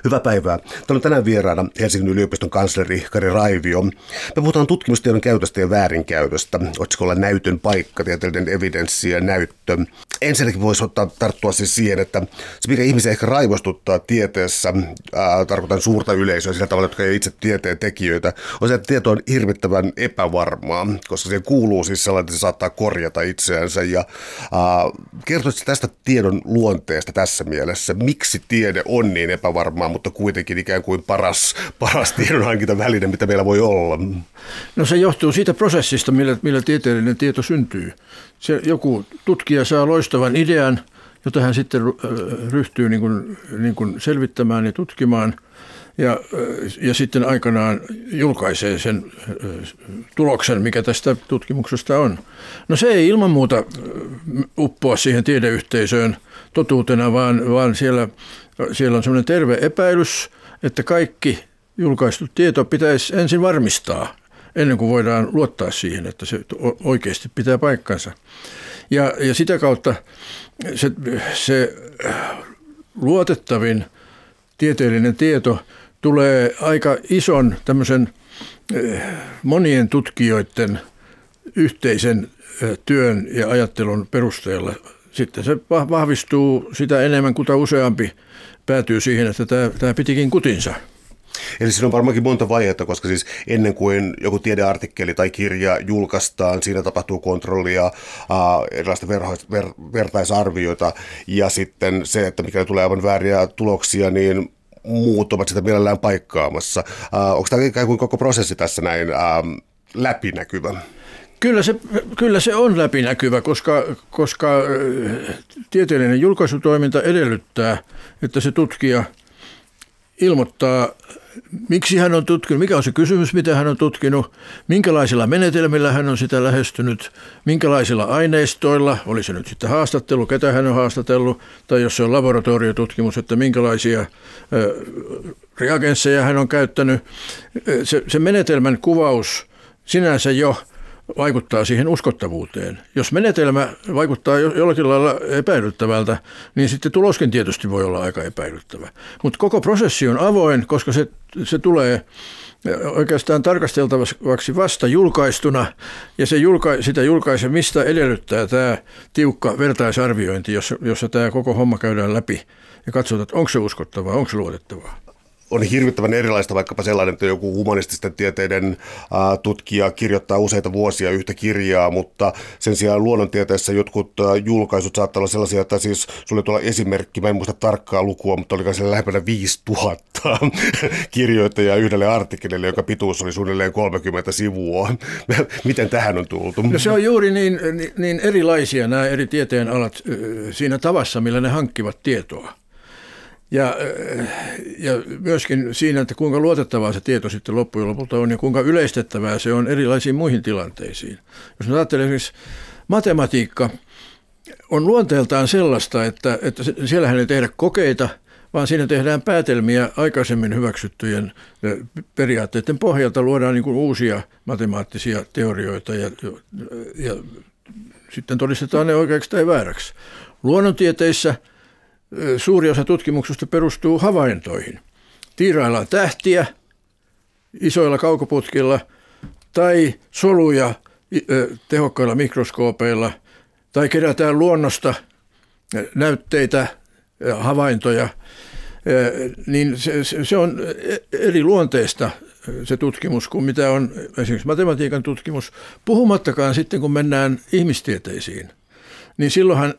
Hyvää päivää. Täällä on tänään vieraana Helsingin yliopiston kansleri Kari Raivio. Me puhutaan tutkimustiedon käytöstä ja väärinkäytöstä. Otsikolla näytön paikka, tieteellinen evidenssi ja näyttö. Ensinnäkin voisi tarttua siis siihen, että se mikä ihmisiä ehkä raivostuttaa tieteessä, tarkoitan suurta yleisöä sillä tavalla, jotka ei itse tieteen tekijöitä, on se, että tieto on hirvittävän epävarmaa, koska siihen kuuluu siis sellainen, että se saattaa korjata itseänsä. Ja kertoisitko tästä tiedon luonteesta tässä mielessä? Miksi tiede on niin epävarmaa, mutta kuitenkin ikään kuin paras tiedonhankintaväline, mitä meillä voi olla? No se johtuu siitä prosessista, millä tieteellinen tieto syntyy. Joku tutkija saa loistavan idean, jota hän sitten ryhtyy niin kuin selvittämään ja tutkimaan ja sitten aikanaan julkaisee sen tuloksen, mikä tästä tutkimuksesta on. No se ei ilman muuta uppoa siihen tiedeyhteisöön totuutena, vaan siellä on sellainen terve epäilys, että kaikki julkaistu tieto pitäisi ensin varmistaa, ennen kuin voidaan luottaa siihen, että se oikeasti pitää paikkansa. Ja sitä kautta se luotettavin tieteellinen tieto tulee aika ison tämmöisen monien tutkijoiden yhteisen työn ja ajattelun perusteella. Sitten se vahvistuu sitä enemmän, kuin useampi päätyy siihen, että tämä pitikin kutinsa. Eli siinä on varmaankin monta vaihetta, koska siis ennen kuin joku tiedeartikkeli tai kirja julkaistaan, siinä tapahtuu kontrollia, erilaista vertaisarvioita ja sitten se, että mikä tulee aivan vääriä tuloksia, niin muut ovat sitä mielellään paikkaamassa. Onko tämä ikään kuin koko prosessi tässä näin läpinäkyvä? Kyllä se on läpinäkyvä, koska tieteellinen julkaisutoiminta edellyttää, että se tutkija ilmoittaa, miksi hän on tutkinut, mikä on se kysymys, mitä hän on tutkinut, minkälaisilla menetelmillä hän on sitä lähestynyt, minkälaisilla aineistoilla, oli se nyt sitten haastattelu, ketä hän on haastatellut, tai jos se on laboratoriotutkimus, että minkälaisia reagensseja hän on käyttänyt. Se menetelmän kuvaus sinänsä jo vaikuttaa siihen uskottavuuteen. Jos menetelmä vaikuttaa jollakin lailla epäilyttävältä, niin sitten tuloskin tietysti voi olla aika epäilyttävä. Mutta koko prosessi on avoin, koska se tulee oikeastaan tarkasteltavaksi vasta julkaistuna, ja sitä julkaisemista edellyttää tämä tiukka vertaisarviointi, jossa tämä koko homma käydään läpi ja katsotaan, että onko se uskottavaa, onko se luotettavaa. On hirvittävän erilaista vaikkapa sellainen, että joku humanististen tieteiden tutkija kirjoittaa useita vuosia yhtä kirjaa, mutta sen sijaan luonnontieteessä jotkut julkaisut saattaa olla sellaisia, että siis sulle tuolla esimerkki, mä en muista tarkkaa lukua, mutta oliko siellä lähempänä 5000 kirjoittajaa yhdelle artikkelille, joka pituus oli suunnilleen 30 sivua. Miten tähän on tultu? No se on juuri niin erilaisia nämä eri tieteenalat siinä tavassa, millä ne hankkivat tietoa. Ja myöskin siinä, että kuinka luotettavaa se tieto sitten loppujen lopulta on ja kuinka yleistettävää se on erilaisiin muihin tilanteisiin. Jos me ajattelee esimerkiksi matematiikka on luonteeltaan sellaista, että siellähän ei tehdä kokeita, vaan siinä tehdään päätelmiä aikaisemmin hyväksyttyjen periaatteiden pohjalta, luodaan niin kuin uusia matemaattisia teorioita ja sitten todistetaan ne oikeaksi tai vääräksi. Luonnontieteissä suuri osa tutkimuksesta perustuu havaintoihin. Tiiraillaan tähtiä isoilla kaukoputkilla tai soluja tehokkailla mikroskoopeilla tai kerätään luonnosta näytteitä, havaintoja, niin se on eri luonteesta se tutkimus kuin mitä on esimerkiksi matematiikan tutkimus, puhumattakaan sitten kun mennään ihmistieteisiin. Niin silloinhan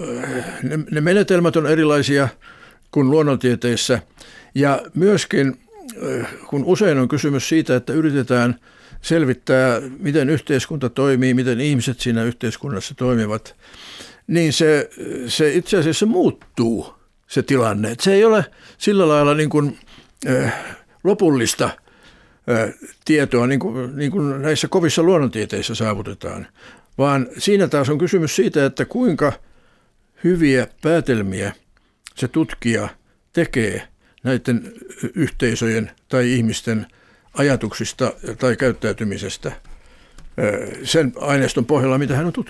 ne menetelmät on erilaisia kuin luonnontieteissä ja myöskin kun usein on kysymys siitä, että yritetään selvittää, miten yhteiskunta toimii, miten ihmiset siinä yhteiskunnassa toimivat, niin se itse asiassa muuttuu se tilanne. Että se ei ole sillä lailla niin kuin, lopullista tietoa, niin kuin näissä kovissa luonnontieteissä saavutetaan, vaan siinä taas on kysymys siitä, että kuinka hyviä päätelmiä se tutkija tekee näiden yhteisöjen tai ihmisten ajatuksista tai käyttäytymisestä sen aineiston pohjalla, mitä hän on tutkinut.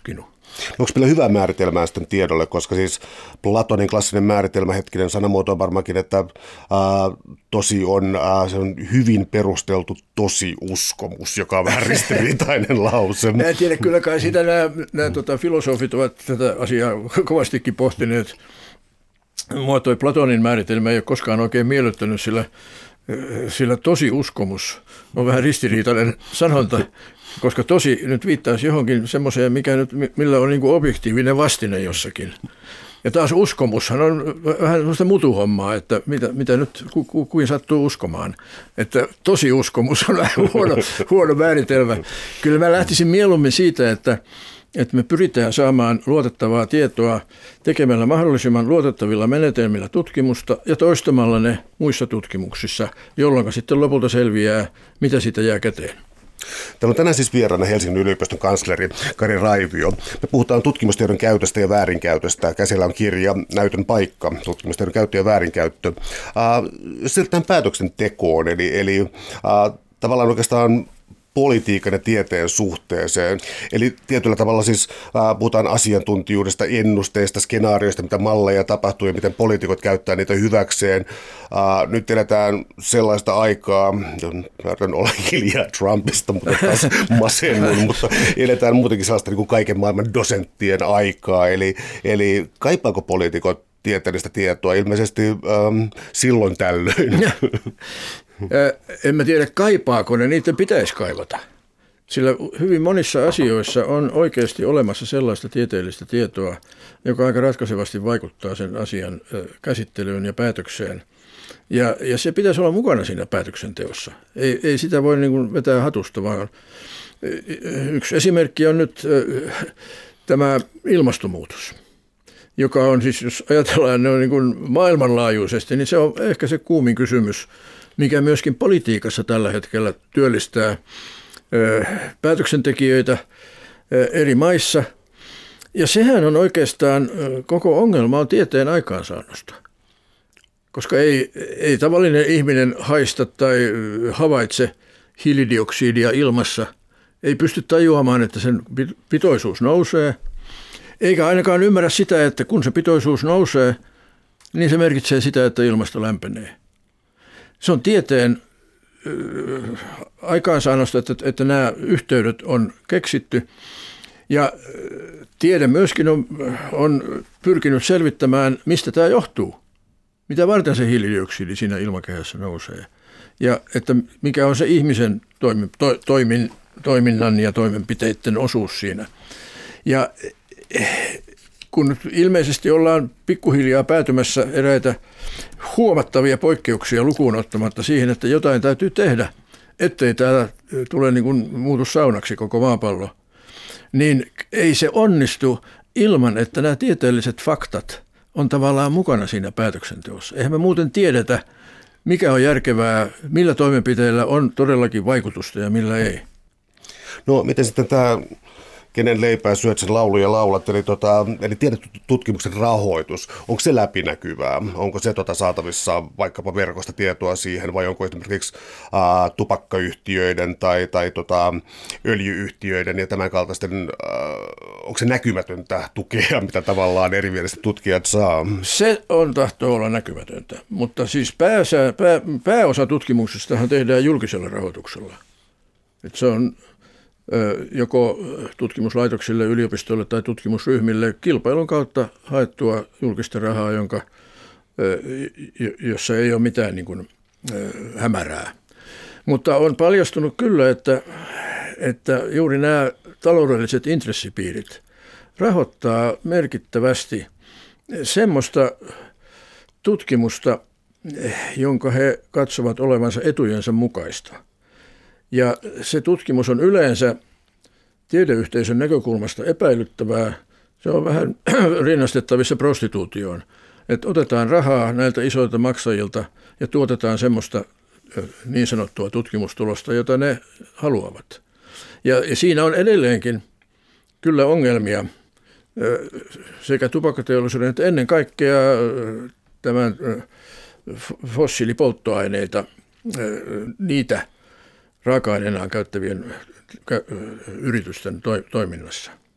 Onko meillä hyvä määritelmää sitten tiedolle, koska siis Platonin klassinen määritelmä, hetkinen sanamuoto on varmaankin, että tosi se on hyvin perusteltu tosiuskomus, joka on vähän ristiriitainen lause. Mä en tiedä, kyllä kai sitä nämä filosofit ovat tätä asiaa kovastikin pohtineet. Mua toi Platonin määritelmä ei ole koskaan oikein miellyttänyt, sillä tosiuskomus on vähän ristiriitainen sanonta, koska tosi nyt viittaisi johonkin semmoiseen, millä on niin kuin objektiivinen vastine jossakin. Ja taas uskomushan on vähän sellaista mutuhommaa, että mitä nyt kuin sattuu uskomaan. Että tosiuskomus on vähän huono määritelmä. Kyllä mä lähtisin mieluummin siitä, että me pyritään saamaan luotettavaa tietoa tekemällä mahdollisimman luotettavilla menetelmillä tutkimusta ja toistamalla ne muissa tutkimuksissa, jolloin sitten lopulta selviää, mitä siitä jää käteen. Täällä on tänään siis vieraana Helsingin yliopiston kansleri Kari Raivio. Me puhutaan tutkimustiedon käytöstä ja väärinkäytöstä. Käsillä on kirja Näytön paikka, tutkimustiedon käyttö ja väärinkäyttö. Siirrytään päätöksentekoon, eli tavallaan oikeastaan politiikan ja tieteen suhteeseen. Eli tietyllä tavalla siis puhutaan asiantuntijuudesta, ennusteista, skenaarioista, mitä malleja tapahtuu ja miten poliitikot käyttää niitä hyväkseen. Nyt eletään sellaista aikaa, en ole hiljaa Trumpista, mutta taas masennun, mutta eletään muutenkin sellaista niin kuin kaiken maailman dosenttien aikaa. Eli kaipaako poliitikot tieteellistä tietoa ilmeisesti silloin tällöin? En mä tiedä, kaipaako ne, niitä pitäisi kaivata. Sillä hyvin monissa asioissa on oikeasti olemassa sellaista tieteellistä tietoa, joka aika ratkaisevasti vaikuttaa sen asian käsittelyyn ja päätökseen. Ja se pitäisi olla mukana siinä päätöksenteossa. Ei sitä voi niin kuin vetää hatusta, vaan yksi esimerkki on nyt tämä ilmastonmuutos, joka on siis, jos ajatellaan ne on niin kuin maailmanlaajuisesti, niin se on ehkä se kuumin kysymys, mikä myöskin politiikassa tällä hetkellä työllistää päätöksentekijöitä eri maissa. Ja sehän on oikeastaan koko ongelma on tieteen aikaansaannosta. Koska ei tavallinen ihminen haista tai havaitse hiilidioksidia ilmassa, ei pysty tajuamaan, että sen pitoisuus nousee, eikä ainakaan ymmärrä sitä, että kun se pitoisuus nousee, niin se merkitsee sitä, että ilmasto lämpenee. Se on tieteen aikaansaannosta, että nämä yhteydet on keksitty ja tiede myöskin on pyrkinyt selvittämään, mistä tämä johtuu. Mitä varten se hiilidioksidi siinä ilmakehässä nousee ja että mikä on se ihmisen toiminnan ja toimenpiteiden osuus siinä. Ja kun nyt ilmeisesti ollaan pikkuhiljaa päätymässä eräitä huomattavia poikkeuksia lukuun ottamatta siihen, että jotain täytyy tehdä, ettei täällä tule niin kuin muutu saunaksi koko maapallo, niin ei se onnistu ilman, että nämä tieteelliset faktat on tavallaan mukana siinä päätöksenteossa. Eihän me muuten tiedetä, mikä on järkevää, millä toimenpiteillä on todellakin vaikutusta ja millä ei. No miten sitten tämä kenen leipää syöt, sen lauluja laulat, eli tiedetutkimuksen rahoitus, onko se läpinäkyvää? Onko se saatavissa vaikkapa verkosta tietoa siihen, vai onko esimerkiksi tupakkayhtiöiden tai öljyyhtiöiden ja tämän kaltaisten, onko se näkymätöntä tukea, mitä tavallaan erimieliset tutkijat saa? Se on tahtoo olla näkymätöntä, mutta siis pääosa tutkimuksestahan tehdään julkisella rahoituksella. Et se on joko tutkimuslaitoksille, yliopistoille tai tutkimusryhmille kilpailun kautta haettua julkista rahaa, jossa ei ole mitään niin kuin, hämärää. Mutta on paljastunut kyllä, että juuri nämä taloudelliset intressipiirit rahoittaa merkittävästi semmoista tutkimusta, jonka he katsovat olevansa etujensa mukaista. Ja se tutkimus on yleensä tiedeyhteisön näkökulmasta epäilyttävää. Se on vähän rinnastettavissa prostituutioon. Että otetaan rahaa näiltä isoilta maksajilta ja tuotetaan semmoista niin sanottua tutkimustulosta, jota ne haluavat. Ja siinä on edelleenkin kyllä ongelmia sekä tupakkateollisuuden että ennen kaikkea tämän fossiilipolttoaineita, niitä raaka-aineenaan käyttävien yritysten toiminnassa.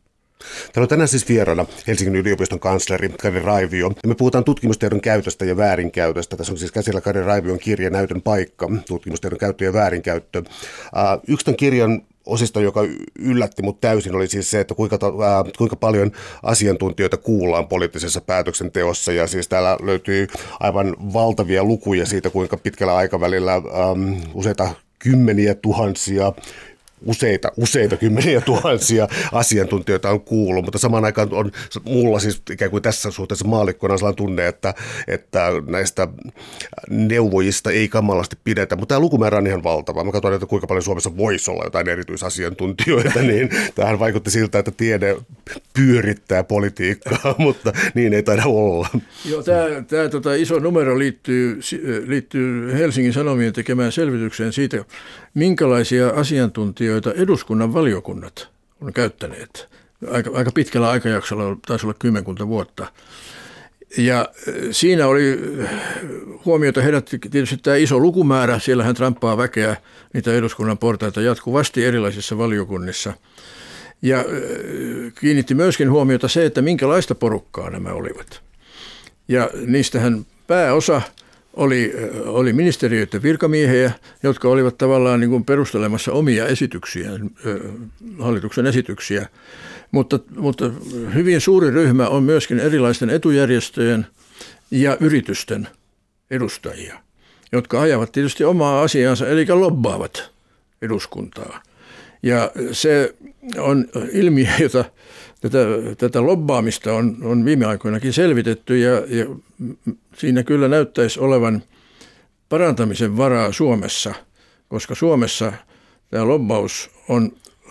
Täällä on tänään siis vieraana Helsingin yliopiston kansleri Kari Raivio. Ja me puhutaan tutkimustiedon käytöstä ja väärinkäytöstä. Tässä on siis käsillä Kari Raivion kirja Näytön paikka, tutkimustiedon käyttö ja väärinkäyttö. Yksi tämän kirjan osista, joka yllätti mut täysin, oli siis se, että kuinka paljon asiantuntijoita kuullaan poliittisessa päätöksenteossa. Ja siis täällä löytyy aivan valtavia lukuja siitä, kuinka pitkällä aikavälillä useita kymmeniä tuhansia, useita kymmeniä tuhansia asiantuntijoita on kuullut, mutta samaan aikaan on mulla siis ikään kuin tässä suhteessa maallikkona sellainen tunne, että näistä neuvojista ei kamalasti pidetä, mutta tämä lukumäärä on ihan valtava. Mä katsoin, että kuinka paljon Suomessa voisi olla jotain erityisasiantuntijoita, niin tämähän vaikutti siltä, että tiede pyörittää politiikkaa, mutta niin ei taida olla. Joo, tämä iso numero liittyy Helsingin Sanomien tekemään selvitykseen siitä, minkälaisia asiantuntijoita eduskunnan valiokunnat on käyttäneet. Aika pitkällä aikajaksolla, taisi olla 10 vuotta. Ja siinä oli huomiota herätti tietysti tämä iso lukumäärä. Siellähän tramppaa väkeä niitä eduskunnan portaita jatkuvasti erilaisissa valiokunnissa. Ja kiinnitti myöskin huomiota se, että minkälaista porukkaa nämä olivat. Ja niistähän pääosa oli ministeriöiden virkamiehiä, jotka olivat tavallaan niin kuin perustelemassa omia esityksiään, hallituksen esityksiä. Mutta hyvin suuri ryhmä on myöskin erilaisten etujärjestöjen ja yritysten edustajia, jotka ajavat tietysti omaa asiaansa, eli lobbaavat eduskuntaa. Ja se on ilmiö, jota tätä lobbaamista on viime aikoinakin selvitetty ja siinä kyllä näyttäisi olevan parantamisen varaa Suomessa, koska Suomessa tämä lobbaus on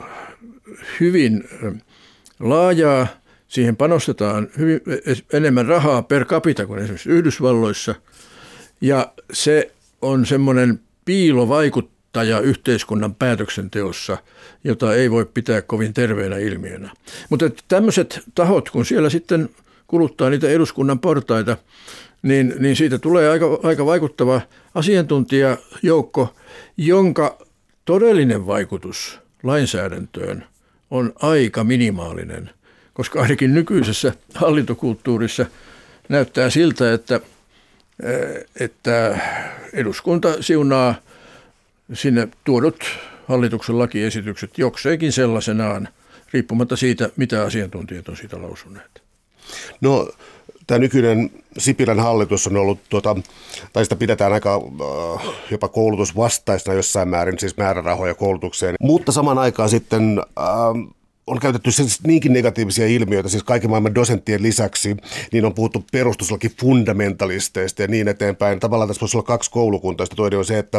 hyvin laajaa, siihen panostetaan enemmän rahaa per capita kuin esimerkiksi Yhdysvalloissa ja se on semmoinen piilovaikuttaja yhteiskunnan päätöksenteossa, jota ei voi pitää kovin terveenä ilmiönä. Mutta tämmöiset tahot, kun siellä sitten kuluttaa niitä eduskunnan portaita, niin siitä tulee aika vaikuttava asiantuntijajoukko, jonka todellinen vaikutus lainsäädäntöön on aika minimaalinen, koska ainakin nykyisessä hallintokulttuurissa näyttää siltä, että eduskunta siunaa sinne tuodut hallituksen lakiesitykset jokseenkin sellaisenaan, riippumatta siitä, mitä asiantuntijat on siitä lausuneet. No, tämä nykyinen Sipilän hallitus on ollut, tai sitä pidetään aika jopa koulutusvastaisena jossain määrin, siis määrärahoja koulutukseen, mutta samaan aikaan sitten on käytetty niinkin negatiivisia ilmiöitä, siis kaiken maailman dosenttien lisäksi, niin on puhuttu perustuslakifundamentalisteista ja niin eteenpäin. Tavallaan tässä voisi olla 2 koulukuntaa. Toinen on se, että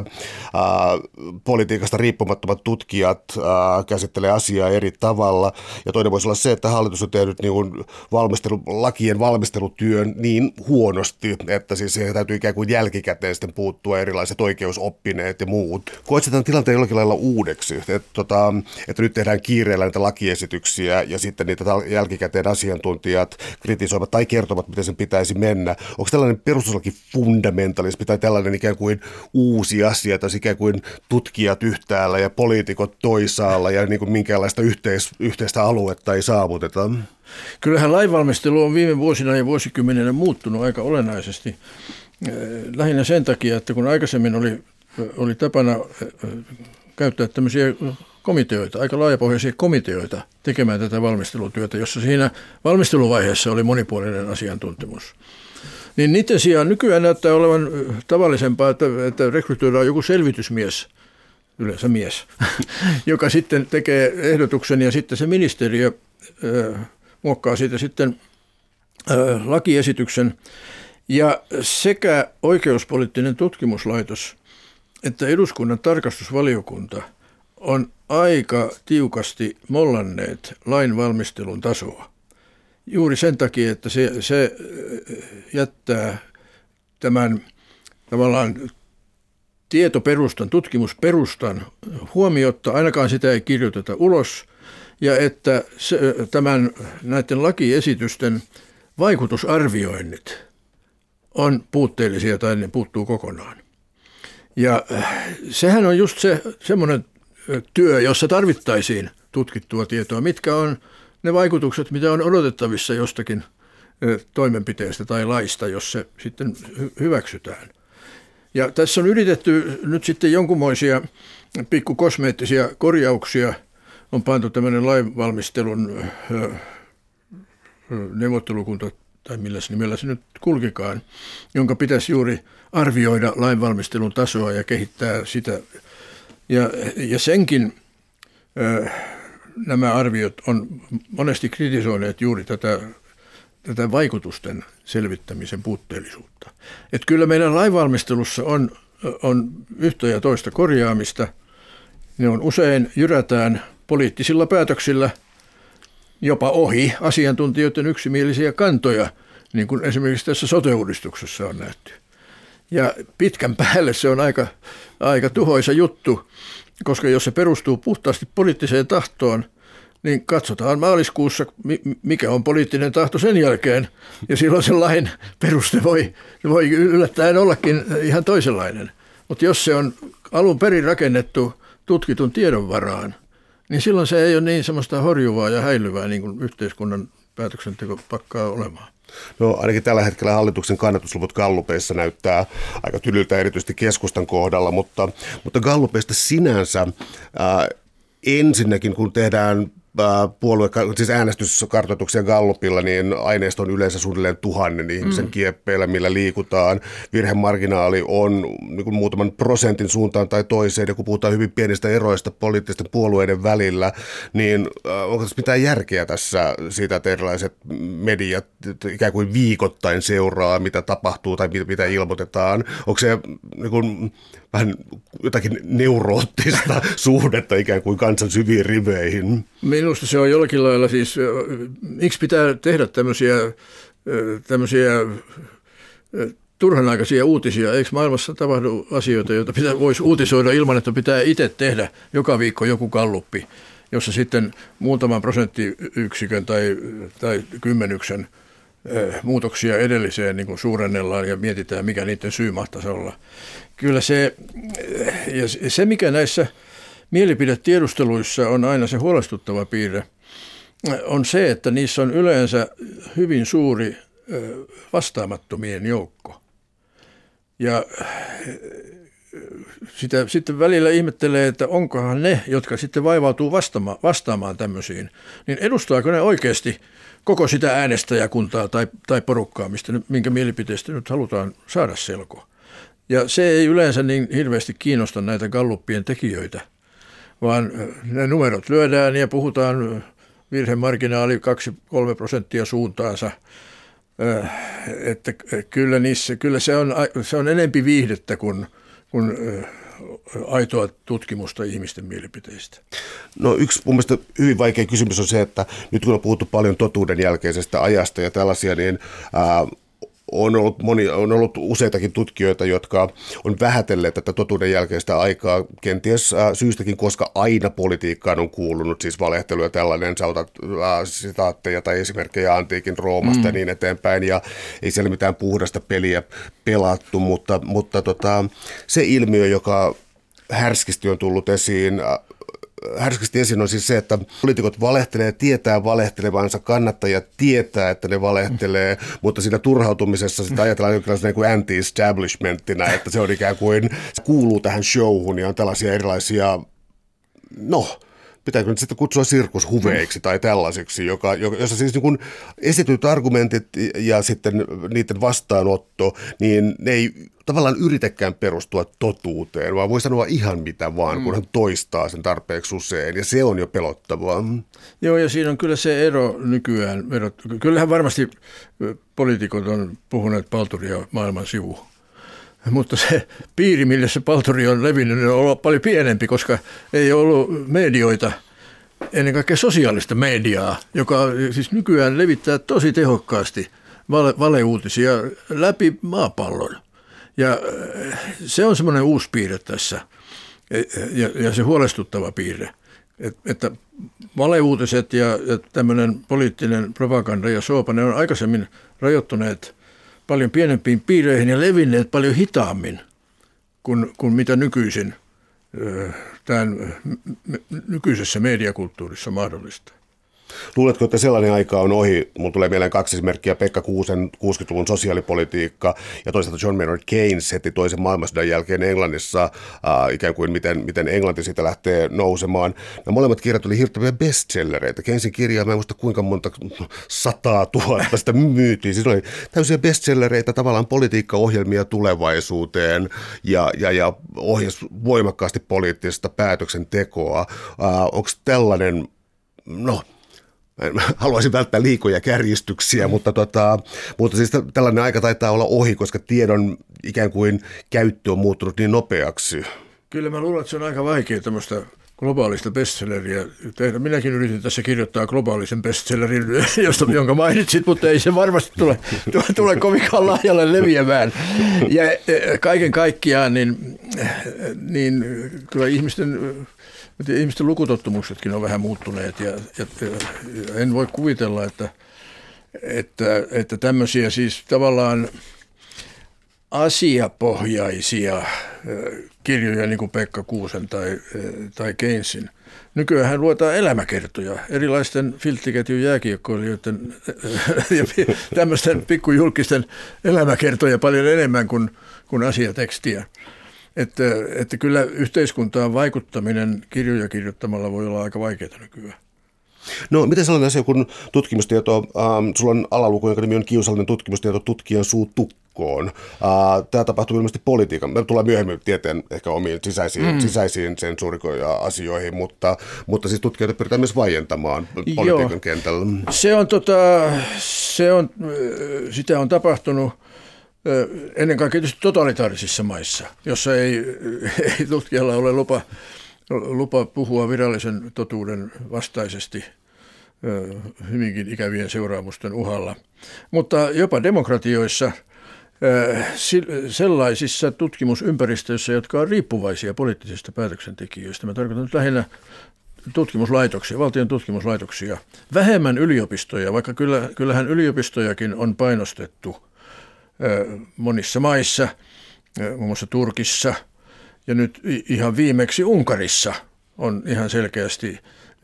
politiikasta riippumattomat tutkijat käsittelee asiaa eri tavalla. Ja toinen voisi olla se, että hallitus on tehnyt niin lakien valmistelutyön niin huonosti, että siis siihen täytyy ikään kuin jälkikäteen sitten puuttua erilaiset oikeusoppineet ja muut. Koetko tämän tilanteen jollakin lailla uudeksi, että nyt tehdään kiireellä näitä lakiesityksiä ja sitten niitä jälkikäteen asiantuntijat kritisoivat tai kertovat, miten sen pitäisi mennä. Onko tällainen perustuslakifundamentalismi tai tällainen ikään kuin uusi asia, tai ikään kuin tutkijat yhtäällä ja poliitikot toisaalla ja niin kuin minkäänlaista yhteistä aluetta ei saavuteta? Kyllähän lainvalmistelu on viime vuosina ja vuosikymmeninä muuttunut aika olennaisesti. Lähinnä sen takia, että kun aikaisemmin oli tapana käyttää tämmöisiä komiteoita, aika laajapohjaisia komiteoita tekemään tätä valmistelutyötä, jossa siinä valmisteluvaiheessa oli monipuolinen asiantuntemus. Niin niiden sijaan nykyään näyttää olevan tavallisempaa, että rekrytoidaan joku selvitysmies, yleensä mies, joka sitten tekee ehdotuksen ja sitten se ministeriö muokkaa siitä sitten lakiesityksen. Ja sekä oikeuspoliittinen tutkimuslaitos että eduskunnan tarkastusvaliokunta on aika tiukasti mollanneet lainvalmistelun tasoa. Juuri sen takia, että se jättää tämän tavallaan tietoperustan, tutkimusperustan huomiotta, ainakaan sitä ei kirjoiteta ulos, ja että näiden lakiesitysten vaikutusarvioinnit on puutteellisia tai ne puuttuu kokonaan. Ja sehän on just semmoinen työ, jossa tarvittaisiin tutkittua tietoa, mitkä on ne vaikutukset, mitä on odotettavissa jostakin toimenpiteestä tai laista, jos se sitten hyväksytään. Ja tässä on yritetty nyt sitten jonkunmoisia pikkukosmeettisia korjauksia. On pantu tämmöinen lainvalmistelun neuvottelukunta, tai millä nimellä se nyt kulkikaan, jonka pitäisi juuri arvioida lainvalmistelun tasoa ja kehittää sitä. Ja senkin nämä arviot on monesti kritisoineet juuri tätä vaikutusten selvittämisen puutteellisuutta. Että kyllä meidän lainvalmistelussa on yhtä ja toista korjaamista. Ne on usein jyrätään poliittisilla päätöksillä jopa ohi asiantuntijoiden yksimielisiä kantoja, niin kuin esimerkiksi tässä sote-uudistuksessa on nähty. Ja pitkän päälle se on aika tuhoisa juttu, koska jos se perustuu puhtaasti poliittiseen tahtoon, niin katsotaan maaliskuussa, mikä on poliittinen tahto sen jälkeen. Ja silloin sen lain peruste voi yllättäen ollakin ihan toisenlainen. Mutta jos se on alun perin rakennettu tutkitun tiedon varaan, niin silloin se ei ole niin semmoista horjuvaa ja häilyvää, niin kuin yhteiskunnan päätöksenteko pakkaa olemaan. No ainakin tällä hetkellä hallituksen kannatusluvut gallupeissa näyttää aika tylyltä, erityisesti keskustan kohdalla, mutta gallupeista sinänsä ensinnäkin, kun tehdään siis äänestyskartoituksia Gallupilla, niin aineisto on yleensä suunnilleen 1000 ihmisen kieppeillä, millä liikutaan. Virhemarginaali on niin kuin muutaman prosentin suuntaan tai toiseen, ja kun puhutaan hyvin pienistä eroista poliittisten puolueiden välillä, niin onko tässä mitään järkeä tässä siitä, että erilaiset mediat ikään kuin viikoittain seuraa, mitä tapahtuu tai mitä ilmoitetaan? Onko se niin kuin vähän jotakin neuroottista suhdetta ikään kuin kansan syviin riveihin? Minusta se on jollakin lailla siis, miksi pitää tehdä tämmöisiä turhanaikaisia uutisia? Eikö maailmassa tapahdu asioita, joita voisi uutisoida ilman, että pitää itse tehdä joka viikko joku galluppi, jossa sitten muutaman prosenttiyksikön tai kymmenyksen muutoksia edelliseen niin kuin suurennellaan ja mietitään, mikä niiden syy mahtaisi olla. Kyllä se, mikä näissä mielipidetiedusteluissa on aina se huolestuttava piirre, on se, että niissä on yleensä hyvin suuri vastaamattomien joukko. Ja sitä sitten välillä ihmettelee, että onkohan ne, jotka sitten vaivautuu vastaamaan tämmöisiin, niin edustaako ne oikeasti koko sitä äänestäjäkuntaa tai porukkaa, minkä mielipiteestä nyt halutaan saada selko. Ja se ei yleensä niin hirveästi kiinnosta näitä galluppien tekijöitä, vaan ne numerot lyödään ja puhutaan virhemarginaali 2-3% suuntaansa. Että kyllä se on enempi viihdettä kuin aitoa tutkimusta ihmisten mielipiteistä. No yksi mun mielestä hyvin vaikea kysymys on se, että nyt kun on puhuttu paljon totuuden jälkeisestä ajasta ja tällaisia, niin on ollut useitakin tutkijoita, jotka on vähätelleet tätä totuuden jälkeistä aikaa kenties syystäkin, koska aina politiikkaan on kuulunut siis valehtelu ja tällainen, sä otat sitaatteja tai esimerkkejä antiikin Roomasta ja niin eteenpäin, ja ei siellä mitään puhdasta peliä pelattu, mutta se ilmiö, joka härskisti on tullut esiin on siis se, että poliitikot valehtelee, tietää valehtelevansa, kannattajat tietää, että ne valehtelee, mutta siinä turhautumisessa sitä ajatellaan jonkinlaisena niin kuin anti-establishmenttina, että se on ikään kuin kuuluu tähän showhun ja on tällaisia erilaisia, pitääkö nyt sitten kutsua sirkushuveiksi tai tällaisiksi, jossa siis niin kuin esitetyt argumentit ja sitten niiden vastaanotto, niin ne ei tavallaan yritäkään perustua totuuteen, vaan voi sanoa ihan mitä vaan, kun hän toistaa sen tarpeeksi usein, ja se on jo pelottavaa. Joo, ja siinä on kyllä se ero nykyään. Kyllähän varmasti poliitikot on puhuneet palturia maailman sivu. Mutta se piiri, millä se palturi on levinnyt, on ollut paljon pienempi, koska ei ollut medioita, ennen kaikkea sosiaalista mediaa, joka siis nykyään levittää tosi tehokkaasti valeuutisia läpi maapallon. Ja se on semmoinen uusi piirre tässä ja se huolestuttava piirre, että valeuutiset ja tämmöinen poliittinen propaganda ja soopa, ne on aikaisemmin rajoittuneet paljon pienempiin piireihin ja levinneet paljon hitaammin kuin mitä nykyisessä mediakulttuurissa mahdollista. Luuletko, että sellainen aika on ohi? Mulla tulee mieleen kaksi esimerkkiä, Pekka Kuusen 60-luvun sosiaalipolitiikka ja toisaalta John Maynard Keynes heti toisen maailmansodan jälkeen Englannissa, ikään kuin miten Englanti siitä lähtee nousemaan. Nämä molemmat kirjat oli hirveä bestsellereitä. Keynesin kirjaa, mä en muista kuinka monta 100 000 sitä myytiin. Siis oli täysiä bestsellereitä, tavallaan politiikkaohjelmia tulevaisuuteen ja ohjasi voimakkaasti poliittista päätöksentekoa. Onko tällainen, haluaisin välttää liikoja kärjistyksiä, mutta siis tällainen aika taitaa olla ohi, koska tiedon ikään kuin käyttö on muuttunut niin nopeaksi. Kyllä mä luulen, että se on aika vaikea tämmöistä globaalista bestselleriä tehdä. Minäkin yritin tässä kirjoittaa globaalisen bestsellerin, jonka mainitsit, mutta ei se varmasti tule kovinkaan laajalle leviämään. Ja kaiken kaikkiaan, niin kyllä ihmisten lukutottumuksetkin on vähän muuttuneet ja en voi kuvitella, että tämmöisiä siis tavallaan asiapohjaisia kirjoja niin kuin Pekka Kuusen tai Keynesin. Nykyään luetaan elämäkertoja erilaisten filttiketjun jääkiekkoilijoiden ja tämmöisten pikkujulkisten elämäkertoja paljon enemmän kuin asiatekstiä. Että kyllä yhteiskuntaan vaikuttaminen kirjoja kirjoittamalla voi olla aika vaikeaa nykyään. No, miten sellainen asia kuin tutkimustieto, sulla on alaluku, jonka nimi on kiusallinen tutkimustieto tutkijan suu tukkoon. Tämä tapahtuu ilmeisesti politiikan. Me tullaan myöhemmin tieteen ehkä omiin sisäisiin sensuurikoja-asioihin, mutta siis tutkijoita pyritään myös vaientamaan politiikan kentällä. Sitä on tapahtunut ennen kaikkea tietysti totalitaarisissa maissa, jossa ei tutkijalla ole lupa puhua virallisen totuuden vastaisesti hyvinkin ikävien seuraamusten uhalla. Mutta jopa demokratioissa, sellaisissa tutkimusympäristöissä, jotka ovat riippuvaisia poliittisista päätöksentekijöistä, mä tarkoitan nyt lähinnä tutkimuslaitoksia, valtion tutkimuslaitoksia, vähemmän yliopistoja, vaikka kyllähän yliopistojakin on painostettu monissa maissa, muun muassa Turkissa, ja nyt ihan viimeksi Unkarissa on ihan selkeästi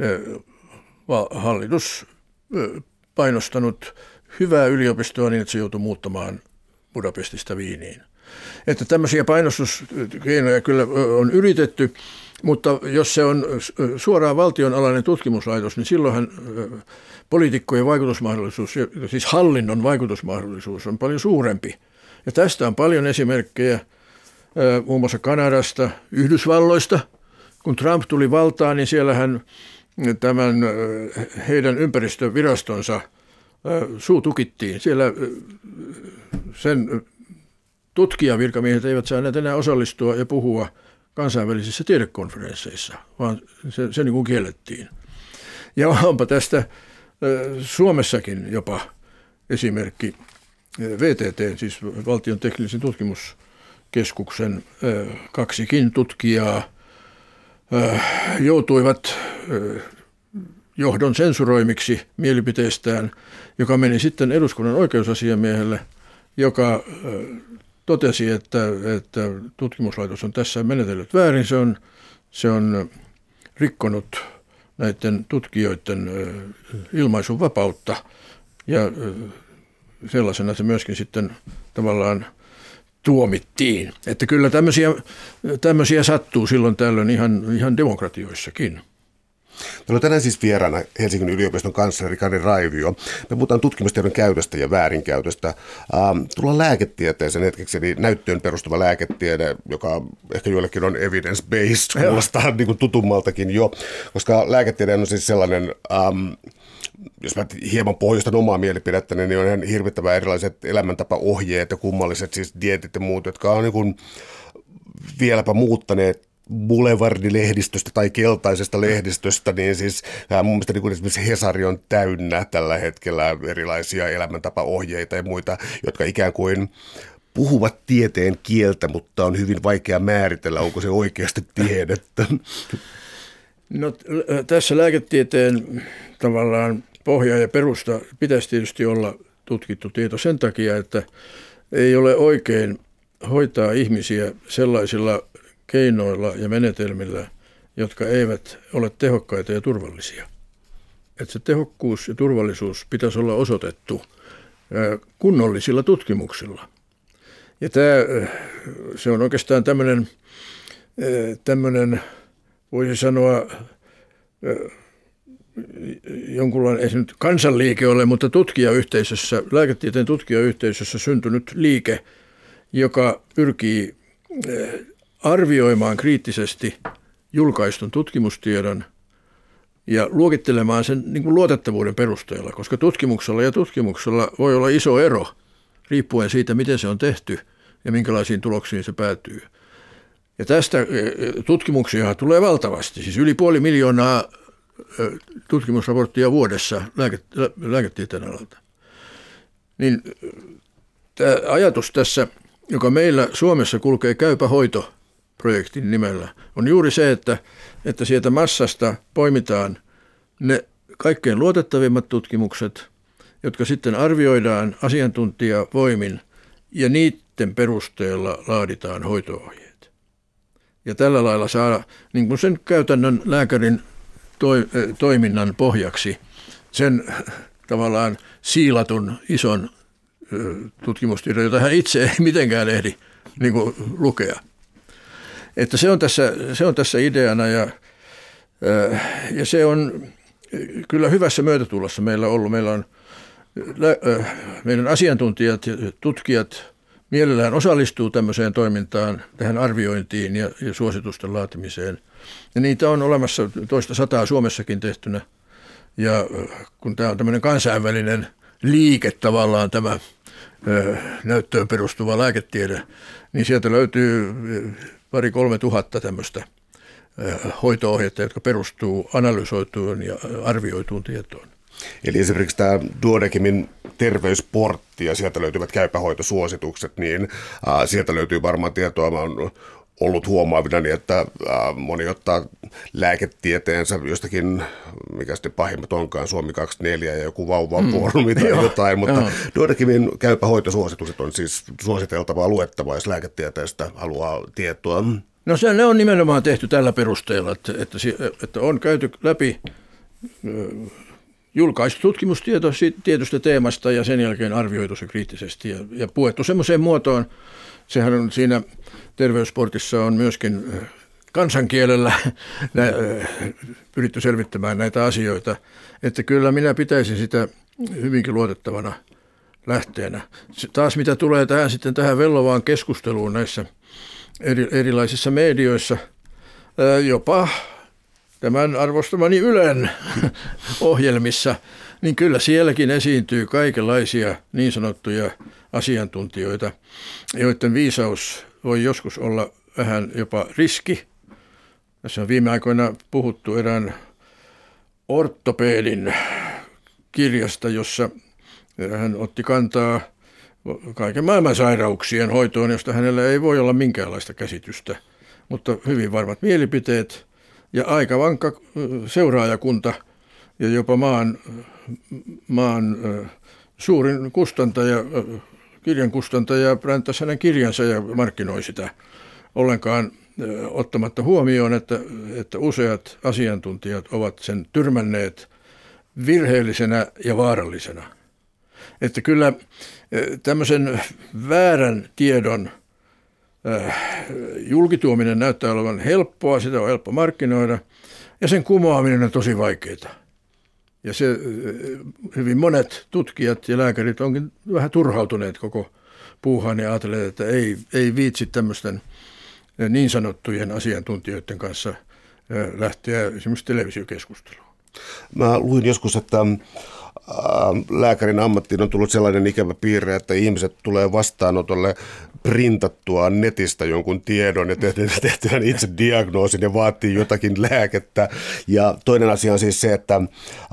hallitus painostanut hyvää yliopistoa niin, että se joutui muuttamaan Budapestista Wieniin. Että tämmöisiä painostuskeinoja kyllä on yritetty, mutta jos se on suoraan valtionalainen tutkimuslaitos, niin silloinhan poliitikkojen vaikutusmahdollisuus, siis hallinnon vaikutusmahdollisuus on paljon suurempi. Ja tästä on paljon esimerkkejä muun muassa Kanadasta, Yhdysvalloista. Kun Trump tuli valtaan, niin siellähän tämän heidän ympäristövirastonsa suu tukittiin. Siellä sen tutkijavirkamiehet eivät saaneet enää osallistua ja puhua kansainvälisissä tiedekonferensseissa, vaan se niin kuin kiellettiin. Ja onpa tästä Suomessakin jopa esimerkki VTT, siis Valtion teknillisen tutkimuskeskuksen kaksikin tutkijaa joutuivat johdon sensuroimiksi mielipiteestään, joka meni sitten eduskunnan oikeusasiamiehelle, joka totesi, että tutkimuslaitos on tässä menetellyt väärin, se on rikkonut näiden tutkijoiden ilmaisun vapautta ja sellaisena se myöskin sitten tavallaan tuomittiin. Että kyllä tämmöisiä sattuu silloin tällöin ihan demokratioissakin. Meillä on tänään siis vieraana Helsingin yliopiston kansleri Kari Raivio. Me puhutaan tutkimustiedon käytöstä ja väärinkäytöstä. Tullaan lääketieteeseen hetkeksi, eli näyttöön perustuva lääketiede, joka ehkä joillekin on evidence-based, kuulostaa niin kuin tutummaltakin jo, koska lääketiede on siis sellainen, jos mä hieman pohjustan omaa mielipidettäni, niin on ihan hirvittävän erilaiset elämäntapaohjeet ja kummalliset siis dieetit ja muut, jotka on niin kuin vieläpä muuttaneet Boulevard-lehdistöstä tai keltaisesta lehdistöstä, niin siis mun mielestä niin esimerkiksi Hesari on täynnä tällä hetkellä erilaisia elämäntapaohjeita ja muita, jotka ikään kuin puhuvat tieteen kieltä, mutta on hyvin vaikea määritellä, onko se oikeasti tiedettä. No, tässä lääketieteen tavallaan pohja ja perusta pitäisi tietysti olla tutkittu tieto sen takia, että ei ole oikein hoitaa ihmisiä sellaisilla keinoilla ja menetelmillä, jotka eivät ole tehokkaita ja turvallisia. että se tehokkuus ja turvallisuus pitäisi olla osoitettu kunnollisilla tutkimuksilla. Ja se on oikeastaan tämmöinen voisi sanoa, jonkunlainen, ei se nyt kansanliike ole, mutta lääketieteen tutkijayhteisössä syntynyt liike, joka pyrkii arvioimaan kriittisesti julkaistun tutkimustiedon ja luokittelemaan sen niin kuin luotettavuuden perusteella, koska tutkimuksella voi olla iso ero riippuen siitä, miten se on tehty ja minkälaisiin tuloksiin se päätyy. Ja tästä tutkimuksia tulee valtavasti, siis yli 500 000 tutkimusraporttia vuodessa lääketieteen alalta. Niin tämä ajatus tässä, joka meillä Suomessa kulkee Käypä hoito -projektin nimellä, on juuri se, että sieltä massasta poimitaan ne kaikkein luotettavimmat tutkimukset, jotka sitten arvioidaan asiantuntijavoimin ja niiden perusteella laaditaan hoito-ohjeet. Ja tällä lailla saada niin kuin sen käytännön lääkärin toiminnan pohjaksi sen tavallaan siilatun ison tutkimustiedon, jota hän itse ei mitenkään ehdi niin kuin lukea. Että se on tässä ideana ja se on kyllä hyvässä myötätulossa meillä ollut. Meillä on meidän asiantuntijat ja tutkijat mielellään osallistuu tämmöiseen toimintaan, tähän arviointiin ja suositusten laatimiseen. Ja niitä on olemassa toista sataa Suomessakin tehtynä. Ja kun tämä on tämmöinen kansainvälinen liike tavallaan tämä näyttöön perustuva lääketiede, niin sieltä löytyy 2,000–3 tuhatta tämmöistä hoito-ohjetta, jotka perustuu analysoituun ja arvioituun tietoon. Eli esimerkiksi tämä Duodecimin terveysportti ja sieltä löytyvät käypähoitosuositukset, niin sieltä löytyy varmaan tietoa. Mä oon ollut huomaavinani, että moni ottaa lääketieteensä jostakin, mikä sitten pahimmat onkaan, Suomi 24 ja joku vauvafoorumi tai jotain, mutta Duodecimin käypähoitosuositukset on siis suositeltavaa luettavaa, jos lääketieteestä haluaa tietoa. No ne on nimenomaan tehty tällä perusteella, että on käyty läpi julkaistu tutkimustieto tietystä teemasta ja sen jälkeen arvioitu se kriittisesti ja puettu semmoiseen muotoon. Sehän on siinä terveysportissa on myöskin kansankielellä pyritty selvittämään näitä asioita, että kyllä minä pitäisin sitä hyvinkin luotettavana lähteenä. Taas mitä tulee tähän vellovaan keskusteluun näissä erilaisissa medioissa, jopa tämän arvostamani Ylen ohjelmissa, niin kyllä sielläkin esiintyy kaikenlaisia niin sanottuja asiantuntijoita, joiden viisaus voi joskus olla vähän jopa riski. Tässä on viime aikoina puhuttu erään ortopedin kirjasta, jossa hän otti kantaa kaiken maailman sairauksien hoitoon, josta hänellä ei voi olla minkäänlaista käsitystä, mutta hyvin varmat mielipiteet ja aika vankka seuraajakunta ja jopa maan suurin kustantaja, kirjan kustantaja pränttäsi hänen kirjansa ja markkinoi sitä ollenkaan ottamatta huomioon, että useat asiantuntijat ovat sen tyrmänneet virheellisenä ja vaarallisena. Että kyllä tämmöisen väärän tiedon julkituominen näyttää olevan helppoa, sitä on helppo markkinoida ja sen kumoaminen on tosi vaikeaa. Ja se hyvin monet tutkijat ja lääkärit onkin vähän turhautuneet koko puuhaan ja ajatelleet, että ei viitsi tämmöisten niin sanottujen asiantuntijoiden kanssa lähteä esimerkiksi televisiokeskusteluun. Mä luin joskus, että lääkärin ammattiin on tullut sellainen ikävä piirre, että ihmiset tulee vastaanotolle printattua netistä jonkun tiedon ja tehtyään itse diagnoosin ja vaatii jotakin lääkettä. Ja toinen asia on siis se, että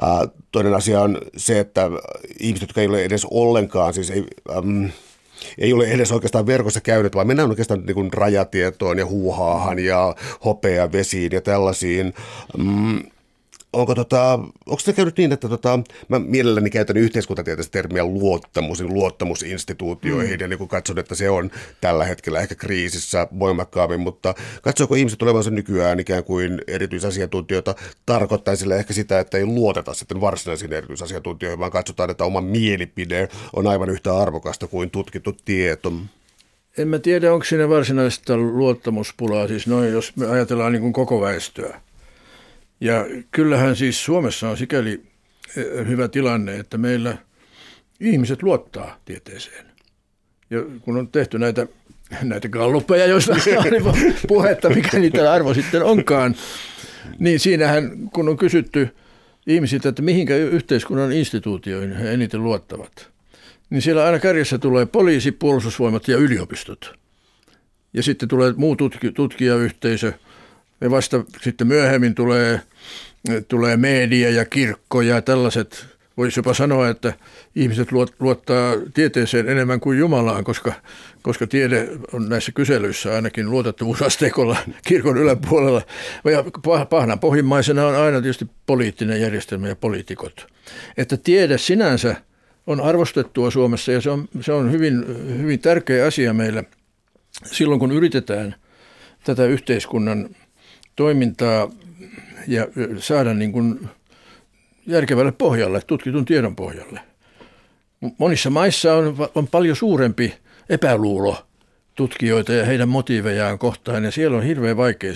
ihmiset, jotka ei ole edes ollenkaan, siis ei ole edes oikeastaan verkossa käynyt, vaan mennään oikeastaan niin kuin rajatietoon ja huuhaahan ja hopeavesiin ja tällaisiin. Onko se käynyt niin, että mä mielelläni käytän yhteiskuntatieteellistä termiä luottamusinstituutioihin ja niin kuin katson, että se on tällä hetkellä ehkä kriisissä voimakkaammin, mutta katsoako ihmiset olevansa nykyään ikään kuin erityisasiantuntijoita tarkoittaa sille ehkä sitä, että ei luoteta sitten varsinaisiin erityisasiantuntijoihin, vaan katsotaan, että oma mielipide on aivan yhtä arvokasta kuin tutkittu tieto. En mä tiedä, onko siinä varsinaista luottamuspulaa, siis noin, jos me ajatellaan niin kuin koko väestöä. Ja kyllähän siis Suomessa on sikäli hyvä tilanne, että meillä ihmiset luottaa tieteeseen. Ja kun on tehty näitä gallupeja, joista on puhetta, mikä niitä arvo sitten onkaan, niin siinähän kun on kysytty ihmisiltä, että mihinkä yhteiskunnan instituutioihin he eniten luottavat, niin siellä aina kärjessä tulee poliisi, puolustusvoimat ja yliopistot. Ja sitten tulee muu tutkijayhteisö. Ja vasta sitten myöhemmin tulee media ja kirkko ja tällaiset. Voisi jopa sanoa, että ihmiset luottaa tieteeseen enemmän kuin Jumalaan, koska tiede on näissä kyselyissä ainakin luotettavuusasteikolla kirkon yläpuolella. Ja pahnan pohjimmaisena on aina tietysti poliittinen järjestelmä ja poliitikot. Että tiede sinänsä on arvostettua Suomessa ja se on hyvin, hyvin tärkeä asia meillä silloin, kun yritetään tätä yhteiskunnan toimintaa ja saada niin kuin järkevälle pohjalle, tutkitun tiedon pohjalle. Monissa maissa on paljon suurempi epäluulo tutkijoita ja heidän motiivejaan kohtaan, ja siellä on hirveän vaikea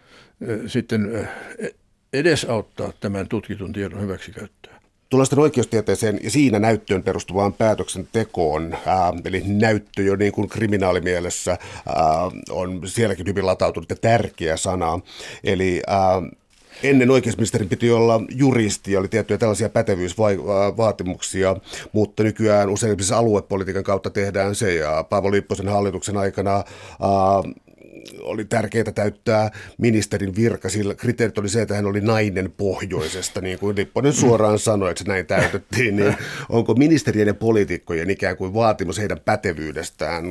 sitten edesauttaa tämän tutkitun tiedon hyväksikäyttöä. Tullaan sitten oikeustieteeseen ja siinä näyttöön perustuvaan päätöksentekoon, eli näyttö jo niin kuin kriminaalimielessä on sielläkin hyvin latautunut ja tärkeä sana. Eli ennen oikeusministerin piti olla juristi ja oli tiettyjä tällaisia pätevyysvaatimuksia, mutta nykyään usein esimerkiksi aluepolitiikan kautta tehdään se, ja Paavo Lipposen hallituksen aikana oli tärkeää täyttää ministerin virka, sillä kriteerit oli se, että hän oli nainen pohjoisesta, niin kuin Lipponen suoraan sanoi, että se näin täytettiin, niin onko ministerien ja poliitikkojen ikään kuin vaatimus heidän pätevyydestään,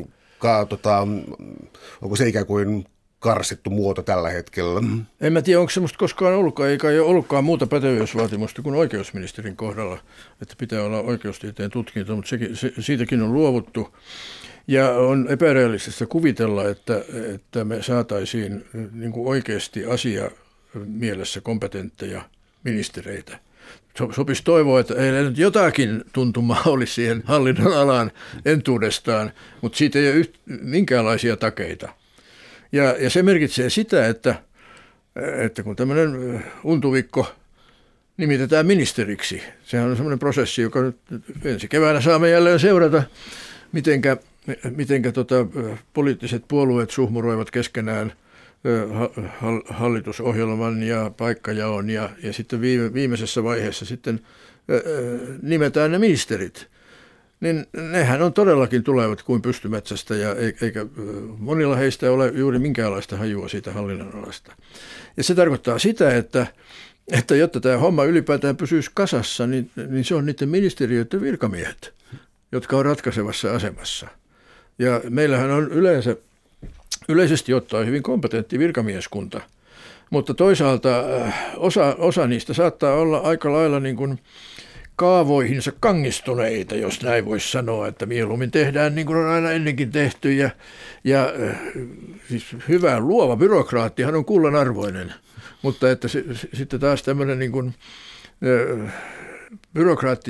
onko se ikään kuin karsittu muoto tällä hetkellä? En mä tiedä, onko semmoista koskaan ollutkaan, eikä ole ollutkaan muuta pätevyysvaatimusta kuin oikeusministerin kohdalla, että pitää olla oikeustieteen tutkinto, mutta siitäkin on luovuttu. Ja on epärealistista kuvitella, että me saataisiin niin kuin oikeasti asia mielessä kompetentteja ministereitä. Sopisi toivoa, että heillä nyt jotakin tuntumaa olisi siihen hallinnon alaan entuudestaan, mutta siitä ei ole minkäänlaisia takeita. Ja se merkitsee sitä, että kun tämmöinen untuvikko nimitetään ministeriksi, sehän on semmoinen prosessi, joka nyt ensi keväänä saamme jälleen seurata, mitenkä poliittiset puolueet suhmuroivat keskenään hallitusohjelman ja paikkajaon ja sitten viimeisessä vaiheessa sitten nimetään ne ministerit. Niin nehän on todellakin tulevat kuin pystymetsästä ja eikä monilla heistä ole juuri minkäänlaista hajua siitä hallinnonalasta. Ja se tarkoittaa sitä, että jotta tämä homma ylipäätään pysyisi kasassa, niin se on niiden ministeriöiden virkamiehet, jotka on ratkaisevassa asemassa. Ja meillähän on yleisesti ottaen hyvin kompetentti virkamieskunta, mutta toisaalta osa niistä saattaa olla aika lailla niin kuin kaavoihinsa kangistuneita, jos näin voisi sanoa, että mieluummin tehdään niin kuin on aina ennenkin tehty. Ja siis hyvä luova byrokraattihan on kullanarvoinen, mutta että sitten taas tämmöinen niin kuin byrokraatti,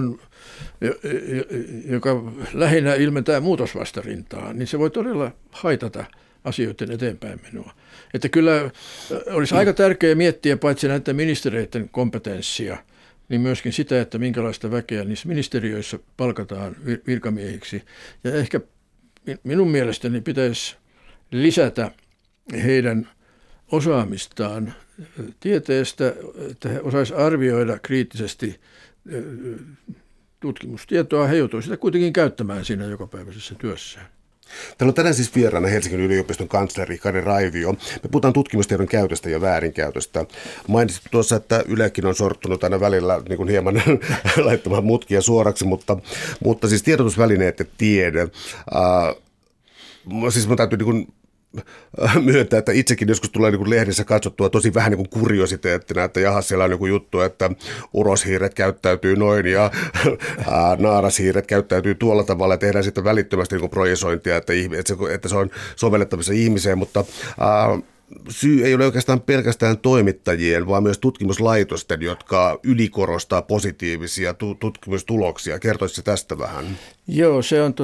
joka lähinnä ilmentää muutosvastarintaa, niin se voi todella haitata asioiden eteenpäin menoa. Että kyllä olisi aika tärkeää miettiä paitsi näiden ministereiden kompetenssia, niin myöskin sitä, että minkälaista väkeä niissä ministeriöissä palkataan virkamiehiksi. Ja ehkä minun mielestäni pitäisi lisätä heidän osaamistaan tieteestä, että he osaisivat arvioida kriittisesti tutkimustietoa. He joutuisivat sitä kuitenkin käyttämään siinä jokapäiväisessä työssään. Täällä on tänään siis vieraana Helsingin yliopiston kansleri Kari Raivio. Me puhutaan tutkimustiedon käytöstä ja väärinkäytöstä. Mainitsit tuossa, että Ylekin on sorttunut aina välillä niin kuin hieman laittamaan mutkia suoraksi, mutta siis tiedotusvälineet ja tiede. Siis mun täytyy niin kuin myöntää, että itsekin joskus tulee niin kuin lehdessä katsottua tosi vähän niin kuin kuriositeettina, että jahas, siellä on joku juttu, että uroshiiret käyttäytyy noin ja naarashiiret käyttäytyy tuolla tavalla ja tehdään sitten välittömästi niin kuin projisointia, että se on sovellettavissa ihmiseen, mutta syy ei ole oikeastaan pelkästään toimittajien, vaan myös tutkimuslaitosten, jotka ylikorostaa positiivisia tutkimustuloksia. Kertoisitko tästä vähän? Joo, se on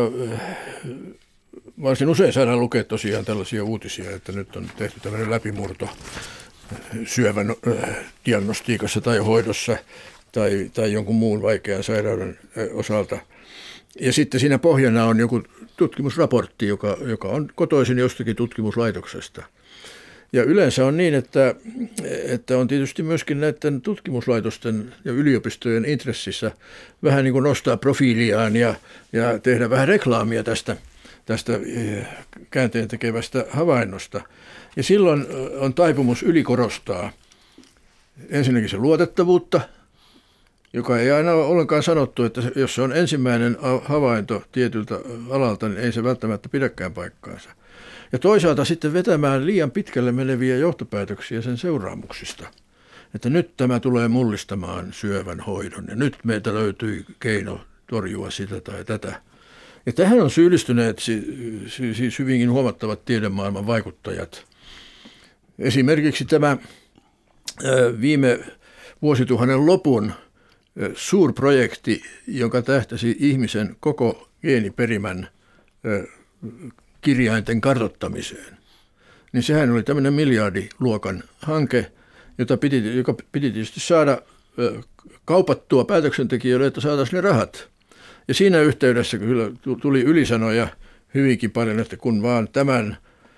varsin usein saadaan lukea tosiaan tällaisia uutisia, että nyt on tehty tällainen läpimurto syövän diagnostiikassa tai hoidossa tai jonkun muun vaikean sairauden osalta. Ja sitten siinä pohjana on joku tutkimusraportti, joka on kotoisin jostakin tutkimuslaitoksesta. Ja yleensä on niin, että on tietysti myöskin näiden tutkimuslaitosten ja yliopistojen intressissä vähän niin kuin nostaa profiiliaan ja tehdä vähän reklaamia tästä käänteen tekevästä havainnosta. Ja silloin on taipumus ylikorostaa ensinnäkin se luotettavuutta, joka ei aina ole ollenkaan sanottu, että jos se on ensimmäinen havainto tietyltä alalta, niin ei se välttämättä pidäkään paikkaansa. Ja toisaalta sitten vetämään liian pitkälle meneviä johtopäätöksiä sen seuraamuksista. Että nyt tämä tulee mullistamaan syövän hoidon ja nyt meiltä löytyy keino torjua sitä tai tätä. Ja tähän on syyllistyneet siis hyvinkin huomattavat tiedemaailman vaikuttajat. Esimerkiksi tämä viime vuosituhannen lopun suurprojekti, joka tähtäsi ihmisen koko geeniperimän kirjainten kartoittamiseen, niin sehän oli tämmöinen miljardiluokan hanke, joka piti tietysti saada kaupattua päätöksentekijöille, että saataisiin ne rahat. Ja siinä yhteydessä kyllä tuli ylisanoja hyvinkin paljon, että kun vaan tämän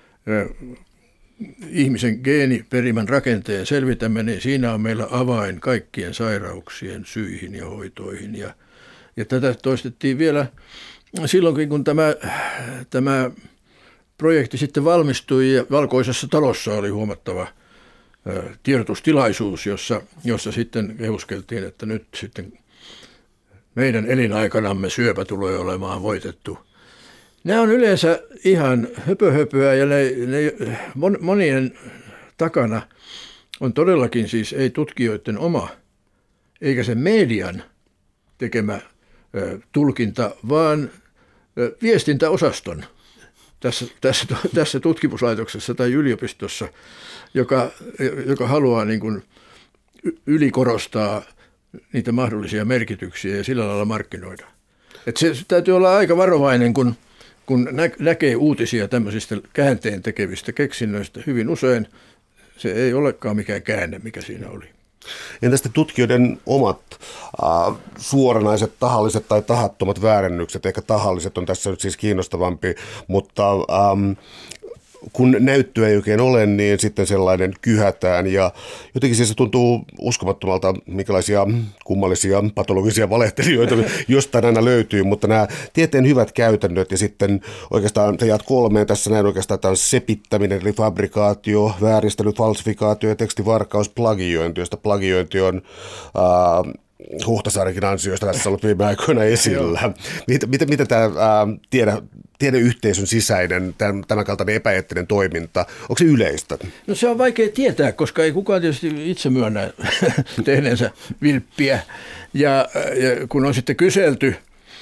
ihmisen geeniperimän rakenteen selvitämme, niin siinä on meillä avain kaikkien sairauksien syihin ja hoitoihin. Ja tätä toistettiin vielä silloinkin, kun tämä projekti sitten valmistui ja Valkoisessa talossa oli huomattava tiedotustilaisuus, jossa sitten kehuskeltiin, että nyt sitten meidän elinaikanamme syöpä tulee olemaan voitettu. Nämä on yleensä ihan höpöhöpöä ja monien takana on todellakin siis ei tutkijoiden oma, eikä se median tekemä tulkinta, vaan viestintäosaston tässä tutkimuslaitoksessa tai yliopistossa, joka haluaa niin kuin ylikorostaa niitä mahdollisia merkityksiä ja sillä lailla markkinoida. Et se täytyy olla aika varovainen, kun näkee uutisia tämmöisistä käänteen tekevistä keksinnöistä. Hyvin usein se ei olekaan mikään käänne, mikä siinä oli. Entä sitten tutkijoiden omat suoranaiset, tahalliset tai tahattomat väärennykset? Ehkä tahalliset on tässä nyt siis kiinnostavampi, mutta kun näyttöä ei oikein ole, niin sitten sellainen kyhätään ja jotenkin se tuntuu uskomattomalta, minkälaisia kummallisia patologisia valehtelijoita jostain aina löytyy, mutta nämä tieteen hyvät käytännöt ja sitten oikeastaan te jaat 3 tässä näin oikeastaan tämä on sepittäminen eli fabrikaatio, vääristely, falsifikaatio ja tekstivarkaus, plagiointi, josta plagiointi on Huhtasaarikin ansioista tässä on ollut viime aikoina esillä. Mitä tämä tiedeyhteisön sisäinen, tämän kaltainen epäeettinen toiminta, onko se yleistä? No se on vaikea tietää, koska ei kukaan tietysti itse myönnä tehneensä vilppiä. Ja kun on sitten kyselty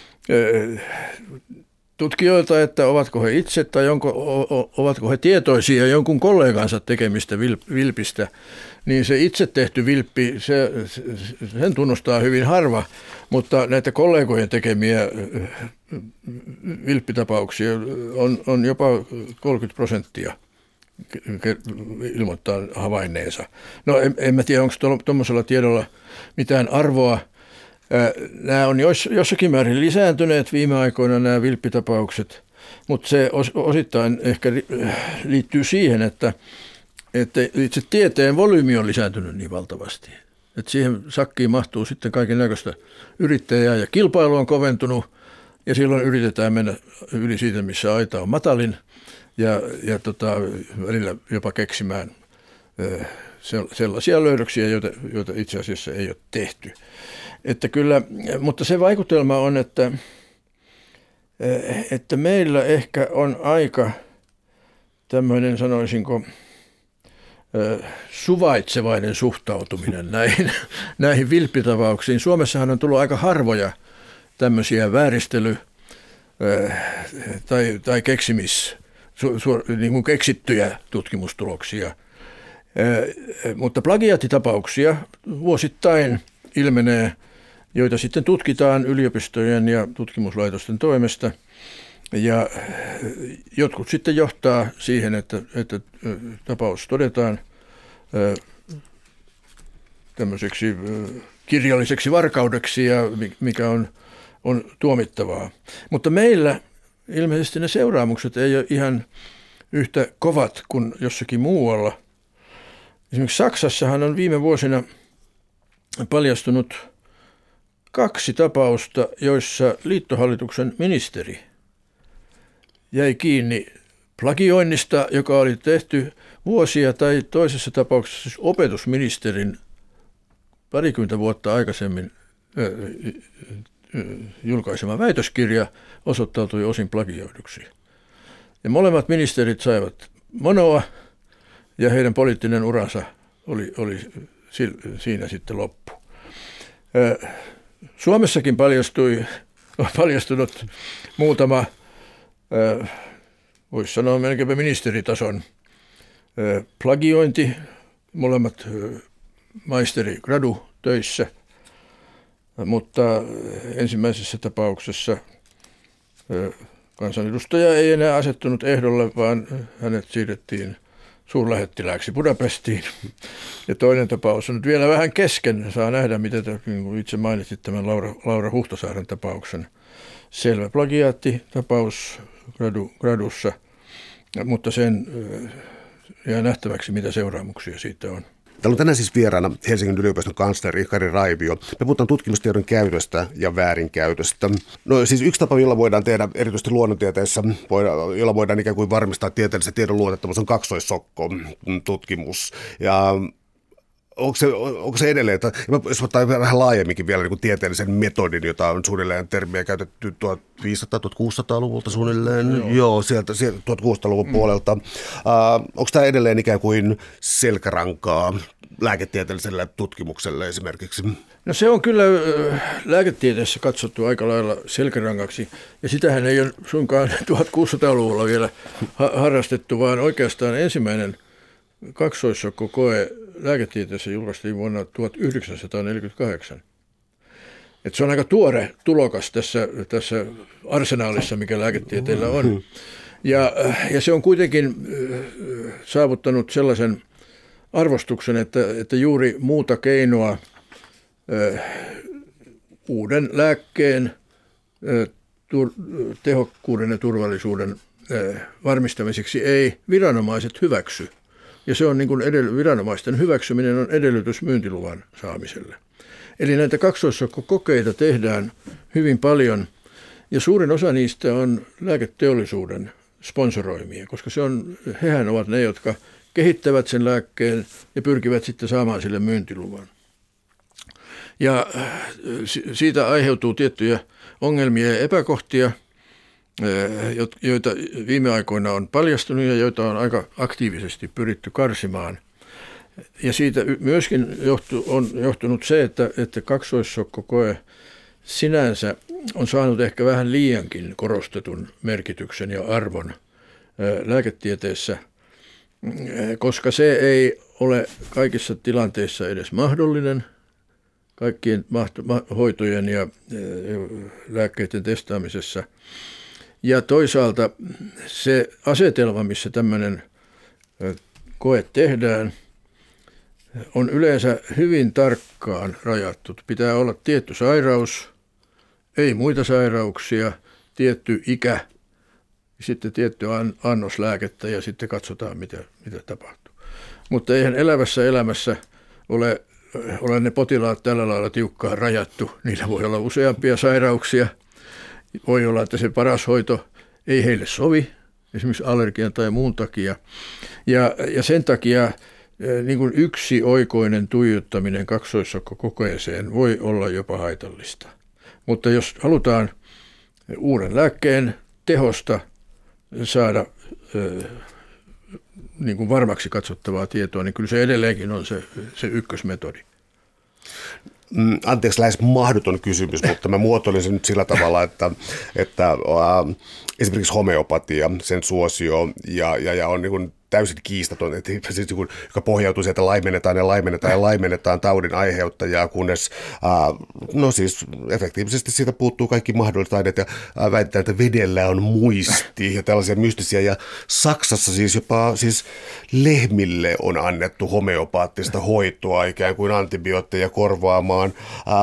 tutkijoilta, että ovatko he itse tai ovatko he tietoisia jonkun kollegansa tekemistä vilpistä, niin se itse tehty vilppi, sen tunnustaa hyvin harva, mutta näitä kollegojen tekemiä vilppitapauksia on jopa 30% ilmoittaa havainneensa. No en mä tiedä, onko tuommoisella tiedolla mitään arvoa. Nämä on jossakin määrin lisääntyneet viime aikoina nämä vilppitapaukset, mutta se osittain ehkä liittyy siihen, että itse tieteen volyymi on lisääntynyt niin valtavasti. Että siihen sakkiin mahtuu sitten kaiken näköistä yrittäjää ja kilpailu on koventunut ja silloin yritetään mennä yli siitä, missä aita on matalin ja välillä jopa keksimään sellaisia löydöksiä, joita itse asiassa ei ole tehty. Että kyllä, mutta se vaikutelma on, että meillä ehkä on aika tämmöinen, sanoisinko, suvaitsevainen suhtautuminen näihin vilppitapauksiin. Suomessahan on tullut aika harvoja tämmöisiä vääristely- tai niin kuin keksittyjä tutkimustuloksia. Mutta plagiaattitapauksia vuosittain ilmenee, joita sitten tutkitaan yliopistojen ja tutkimuslaitosten toimesta. Ja jotkut sitten johtaa siihen, että tapaus todetaan tämmöiseksi kirjalliseksi varkaudeksi, ja mikä on tuomittavaa. Mutta meillä ilmeisesti ne seuraamukset ei ole ihan yhtä kovat kuin jossakin muualla. Esimerkiksi Saksassahan on viime vuosina paljastunut 2 tapausta, joissa liittohallituksen ministeri jäi kiinni plagioinnista, joka oli tehty vuosia, tai toisessa tapauksessa siis opetusministerin 20 vuotta aikaisemmin julkaisema väitöskirja osoittautui osin plagioiduksi. Ja molemmat ministerit saivat monoa, ja heidän poliittinen uransa oli siinä sitten loppu. Suomessakin on paljastunut muutama, voisi sanoa melkeinpä ministeritason plagiointi, molemmat maisteri gradu töissä, mutta ensimmäisessä tapauksessa kansanedustaja ei enää asettunut ehdolle, vaan hänet siirrettiin suurlähettilääksi Budapestiin. Ja toinen tapaus on nyt vielä vähän kesken. Saa nähdä, miten niin kuin itse mainitsit tämän Laura Huhtasaaren tapauksen. Selvä plagiaattitapaus gradussa, mutta sen jää nähtäväksi, mitä seuraamuksia siitä on. Täällä on tänään siis vieraana Helsingin yliopiston kansleri Kari Raivio. Me puhutaan tutkimustiedon käytöstä ja väärinkäytöstä. No siis yksi tapa, jolla voidaan tehdä erityisesti luonnontieteessä, jolla voidaan ikään kuin varmistaa tieteellisen tiedon luotettavuus, on kaksoissokko-tutkimus. Ja onko se edelleen, että jos ottaa vähän laajemminkin vielä niin kuin tieteellisen metodin, jota on suunnilleen termiä käytetty 1500-1600-luvulta suunnilleen, joo sieltä 1600-luvun puolelta. Onko tämä edelleen ikään kuin selkärankaa lääketieteelliselle tutkimukselle esimerkiksi? No se on kyllä lääketieteessä katsottu aika lailla selkärangaksi, ja sitähän ei ole suinkaan 1600-luvulla vielä harrastettu, vaan oikeastaan ensimmäinen kaksoissokko-koe lääketieteessä julkaistiin vuonna 1948. Et se on aika tuore tulokas tässä arsenaalissa, mikä lääketieteellä on. Ja se on kuitenkin saavuttanut sellaisen arvostuksen, että juuri muuta keinoa uuden lääkkeen tehokkuuden ja turvallisuuden varmistamiseksi ei viranomaiset hyväksy. Ja se on niin kuin viranomaisten hyväksyminen on edellytys myyntiluvan saamiselle. Eli näitä kaksoissokko-kokeita tehdään hyvin paljon, ja suurin osa niistä on lääketeollisuuden sponsoroimia, koska hehän ovat ne, jotka kehittävät sen lääkkeen ja pyrkivät sitten saamaan sille myyntiluvan. Ja siitä aiheutuu tiettyjä ongelmia ja epäkohtia, joita viime aikoina on paljastunut ja joita on aika aktiivisesti pyritty karsimaan. Ja siitä myöskin on johtunut se, että kaksoissokko-koe sinänsä on saanut ehkä vähän liiankin korostetun merkityksen ja arvon lääketieteessä, koska se ei ole kaikissa tilanteissa edes mahdollinen kaikkien hoitojen ja lääkkeiden testaamisessa. Ja toisaalta se asetelma, missä tämmöinen koe tehdään, on yleensä hyvin tarkkaan rajattu. Pitää olla tietty sairaus, ei muita sairauksia, tietty ikä, sitten tietty annos lääkettä ja sitten katsotaan, mitä tapahtuu. Mutta eihän elävässä elämässä ole ne potilaat tällä lailla tiukkaan rajattu. Niillä voi olla useampia sairauksia. Voi olla, että se paras hoito ei heille sovi, esimerkiksi allergian tai muun takia. Ja sen takia niin kuin yksioikoinen tuijottaminen kaksoissokko-kokeeseen voi olla jopa haitallista. Mutta jos halutaan uuden lääkkeen tehosta saada niin kuin varmaksi katsottavaa tietoa, niin kyllä se edelleenkin on se ykkösmetodi. Anteeksi, lähes mahdoton kysymys, mutta mä muotoilin sen nyt sillä tavalla, että esimerkiksi homeopatia, sen suosio ja on niin kuin täysin kiistaton, että siis, joka pohjautuu sieltä laimennetaan taudin aiheuttajaa, kunnes efektiivisesti siitä puuttuu kaikki mahdolliset aineet ja väitetään, että vedellä on muisti ja tällaisia mystisiä. Ja Saksassa siis jopa lehmille on annettu homeopaattista hoitoa ikään kuin antibiootteja korvaamaan.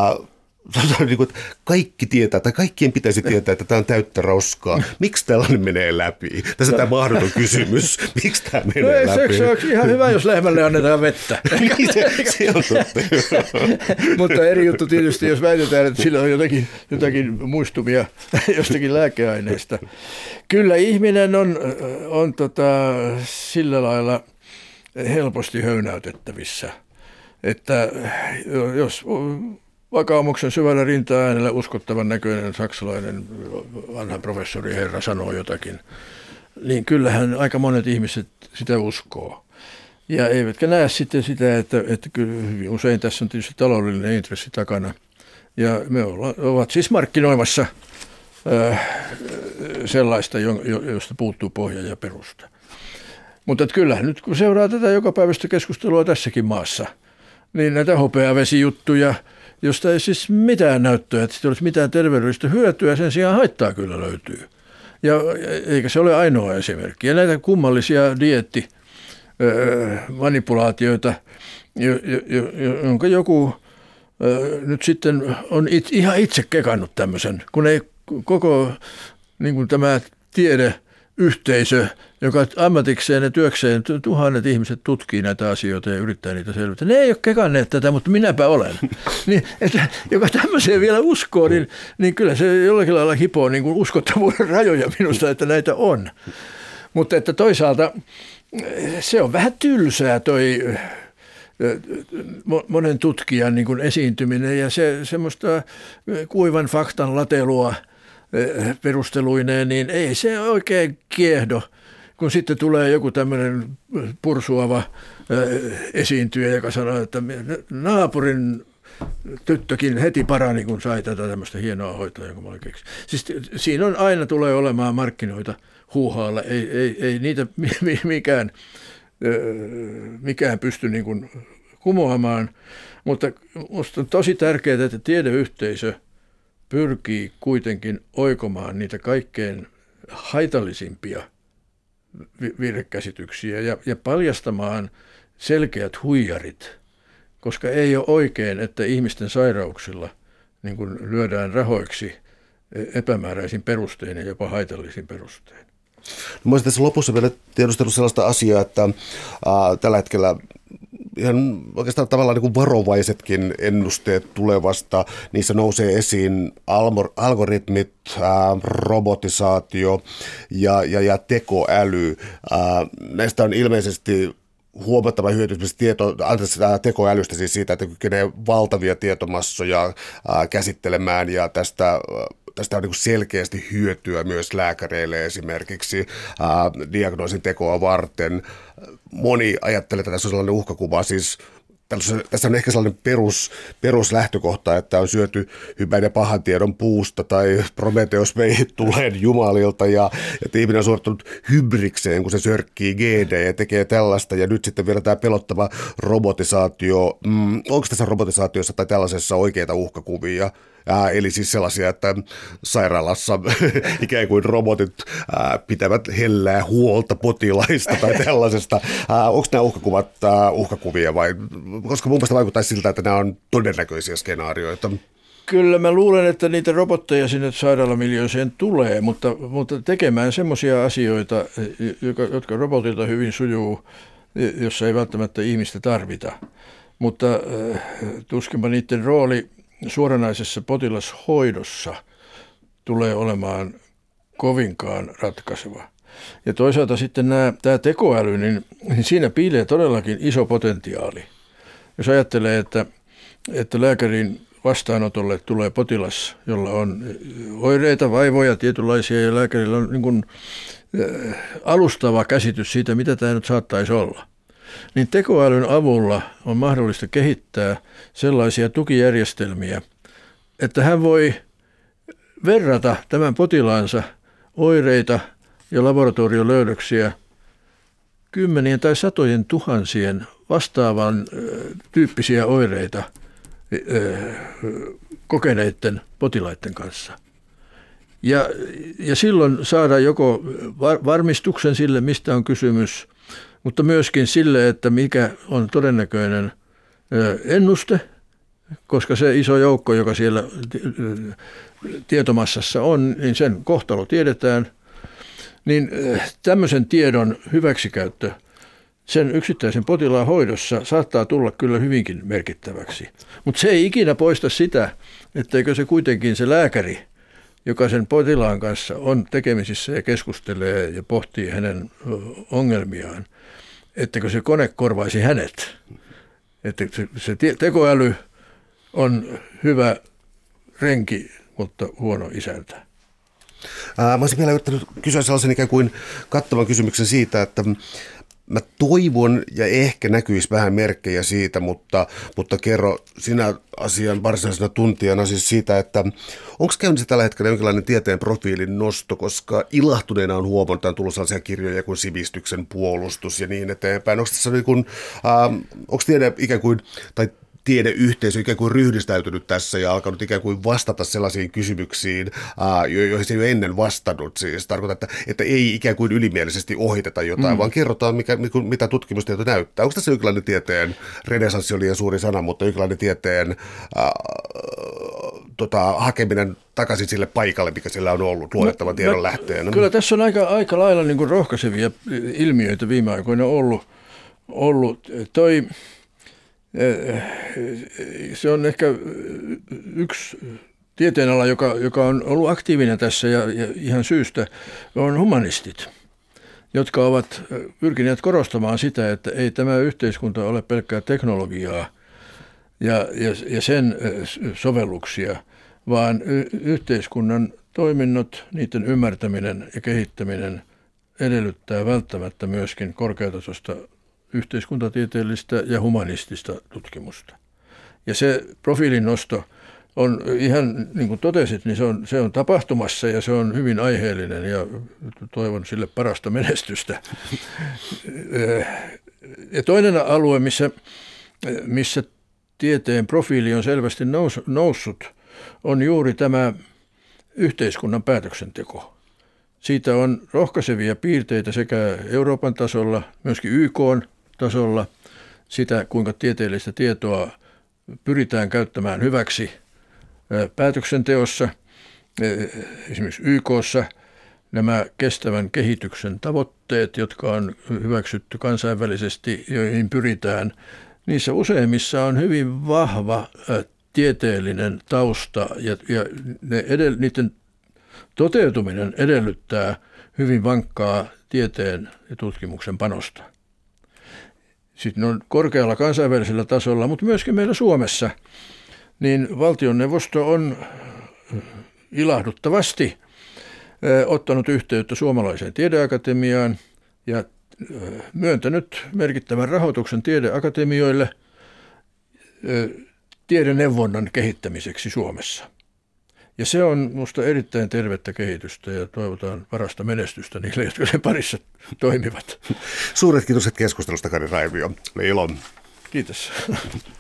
Kaikki tietää, tai kaikkien pitäisi tietää, että tämä on täyttä roskaa. Miksi tällainen menee läpi? Tässä on tämä mahdoton kysymys. Miksi tämä menee läpi? Se on ihan hyvä, jos lehmälle annetaan vettä. Niin, se on totta. Mutta eri juttu tietysti, jos väitetään, että sillä on jotakin muistumia jostakin lääkeaineesta. Kyllä ihminen on sillä lailla helposti höynäytettävissä, että jos vakaumuksen syvällä rinta-äänellä uskottavan näköinen saksalainen vanha professori herra sanoo jotakin, niin kyllähän aika monet ihmiset sitä uskoo. Ja eivätkä näe sitten sitä, että kyllä usein tässä on tietysti taloudellinen intressi takana. Ja me ovat siis markkinoimassa sellaista, josta puuttuu pohja ja perusta. Mutta kyllähän nyt kun seuraa tätä jokapäiväistä keskustelua tässäkin maassa, niin näitä hopeavesijuttuja, josta ei siis mitään näyttöä, että siitä olisi mitään terveydellistä hyötyä, sen sijaan haittaa kyllä löytyy. Ja eikä se ole ainoa esimerkki. Ja näitä kummallisia dieettimanipulaatioita, jonka joku nyt sitten on ihan itse kekannut tämmöisen, kun ei koko niin kuin tämä tiedeyhteisö, joka ammatikseen ja työkseen tuhannet ihmiset tutkii näitä asioita ja yrittää niitä selvittää. Ne ei ole kekanneet tätä, mutta minäpä olen. Niin, että, joka tämmöiseen vielä uskoo, niin kyllä se jollakin lailla hipoo niin kuin uskottavuuden rajoja minusta, että näitä on. Mutta että toisaalta se on vähän tylsää toi monen tutkijan niin kuin esiintyminen ja se semmoista kuivan faktan latelua perusteluineen, niin ei se oikein kiehdo, kun sitten tulee joku tämmöinen pursuava esiintyjä, joka sanoo, että naapurin tyttökin heti parani, kun sai tätä tämmöistä hienoa hoitoa, jonka mä olen keksin. Siis siinä on aina tulee olemaan markkinoita huuhaalla, ei niitä mikään pysty niin kuin kumoamaan, mutta musta on tosi tärkeää, että tiedeyhteisö pyrkii kuitenkin oikomaan niitä kaikkein haitallisimpia virhekäsityksiä ja paljastamaan selkeät huijarit, koska ei ole oikein, että ihmisten sairauksilla niin kuin lyödään rahoiksi epämääräisin perustein ja jopa haitallisin perustein. Mä olisin tässä lopussa vielä tiedustellut sellaista asiaa, että tällä hetkellä ihan oikeastaan tavallaan niin kuin varovaisetkin ennusteet tulevasta. Niissä nousee esiin algoritmit, robotisaatio ja tekoäly. Näistä on ilmeisesti huomattava hyöty tekoälystä, siis siitä, että kykenee valtavia tietomassoja käsittelemään ja tästä on niin kuin selkeästi hyötyä myös lääkäreille esimerkiksi diagnoosin tekoa varten. Moni ajattelee, että tässä on sellainen uhkakuva, siis tässä on ehkä sellainen peruslähtökohta, että on syöty hyvän ja pahan tiedon puusta tai Prometheus vei tuleen jumalilta ja että ihminen on suorittanut hybrikseen, kun se sörkkii geenejä ja tekee tällaista ja nyt sitten vielä tämä pelottava robotisaatio. Onko tässä robotisaatiossa tai tällaisessa oikeita uhkakuvia? Eli siis sellaisia, että sairaalassa ikään kuin robotit pitävät hellää huolta potilaista tai tällaisesta. Onko nämä uhkakuvat uhkakuvia vai? Koska mun mielestä vaikuttaisi siltä, että nämä on todennäköisiä skenaarioita. Kyllä mä luulen, että niitä robotteja sinne sairaalamiljööseen tulee, mutta tekemään semmoisia asioita, jotka robotilta hyvin sujuu, jossa ei välttämättä ihmistä tarvita. Mutta tuskinpa niiden rooli suoranaisessa potilashoidossa tulee olemaan kovinkaan ratkaiseva. Ja toisaalta sitten tämä tekoäly, niin siinä piilee todellakin iso potentiaali. Jos ajattelee, että lääkärin vastaanotolle tulee potilas, jolla on oireita, vaivoja tietynlaisia ja lääkärillä on niin kuin alustava käsitys siitä, mitä tämä nyt saattaisi olla. Niin tekoälyn avulla on mahdollista kehittää sellaisia tukijärjestelmiä, että hän voi verrata tämän potilaansa oireita ja laboratoriolöydöksiä kymmenien tai satojen tuhansien vastaavan tyyppisiä oireita kokeneiden potilaiden kanssa. Ja silloin saada joko varmistuksen sille, mistä on kysymys, mutta myöskin sille, että mikä on todennäköinen ennuste, koska se iso joukko, joka siellä tietomassassa on, niin sen kohtalo tiedetään, niin tämmöisen tiedon hyväksikäyttö sen yksittäisen potilaan hoidossa saattaa tulla kyllä hyvinkin merkittäväksi. Mutta se ei ikinä poista sitä, etteikö se kuitenkin se lääkäri, joka sen potilaan kanssa on tekemisissä ja keskustelee ja pohtii hänen ongelmiaan, ettekö se kone korvaisi hänet. Että se tekoäly on hyvä renki, mutta huono isäntä. Mä olisin vielä yrittänyt kysyä sellaisen ikään kuin kattavan kysymyksen siitä, että mä toivon ja ehkä näkyisi vähän merkkejä siitä, mutta kerro sinä asian varsinaisena tuntijana siis siitä, että onko käynnissä tällä hetkellä jonkinlainen tieteen profiilin nosto, koska ilahtuneena on huomannut, että on tullut sellaisia kirjoja kuin Sivistyksen puolustus ja niin eteenpäin. Onko tässä niin kuin, onko tiede ikään kuin, tai tiedeyhteisö ikään kuin ryhdistäytynyt tässä ja alkanut ikään kuin vastata sellaisiin kysymyksiin, joihin se ei ole ennen vastannut. Siis tarkoittaa, että ei ikään kuin ylimielisesti ohiteta jotain, vaan kerrotaan, mitä tutkimustieto näyttää. Onko tässä jonkinlainen tieteen, renesanssi oli liian suuri sana, mutta jonkinlainen tieteen hakeminen takaisin sille paikalle, mikä sillä on ollut luotettavan tiedon lähteenä? Kyllä tässä on aika lailla niin kuin rohkaisevia ilmiöitä viime aikoina ollut. Se on ehkä yksi tieteenala, joka on ollut aktiivinen tässä ja ihan syystä, on humanistit, jotka ovat pyrkineet korostamaan sitä, että ei tämä yhteiskunta ole pelkkää teknologiaa ja sen sovelluksia, vaan yhteiskunnan toiminnot, niiden ymmärtäminen ja kehittäminen edellyttää välttämättä myöskin korkeatasoista yhteiskuntatieteellistä ja humanistista tutkimusta. Ja se profiilin nosto on ihan, niin kuin totesit, niin se on tapahtumassa ja se on hyvin aiheellinen ja toivon sille parasta menestystä. Ja toinen alue, missä tieteen profiili on selvästi noussut, on juuri tämä yhteiskunnan päätöksenteko. Siitä on rohkaisevia piirteitä sekä Euroopan tasolla, myöskin YK:n tasolla, sitä kuinka tieteellistä tietoa pyritään käyttämään hyväksi päätöksenteossa. Esimerkiksi YK:ssa nämä kestävän kehityksen tavoitteet, jotka on hyväksytty kansainvälisesti, joihin pyritään, niissä useimmissa on hyvin vahva tieteellinen tausta ja niiden toteutuminen edellyttää hyvin vankkaa tieteen ja tutkimuksen panosta. Sitten on korkealla kansainvälisellä tasolla, mutta myöskin meillä Suomessa, niin valtioneuvosto on ilahduttavasti ottanut yhteyttä Suomalaiseen tiedeakatemiaan ja myöntänyt merkittävän rahoituksen tiedeakatemioille tiedeneuvonnan kehittämiseksi Suomessa. Ja se on minusta erittäin tervettä kehitystä ja toivotaan parasta menestystä niille, jotka sen parissa toimivat. Suuret kiitokset keskustelusta, Kari Raivio. Oli ilo. Kiitos.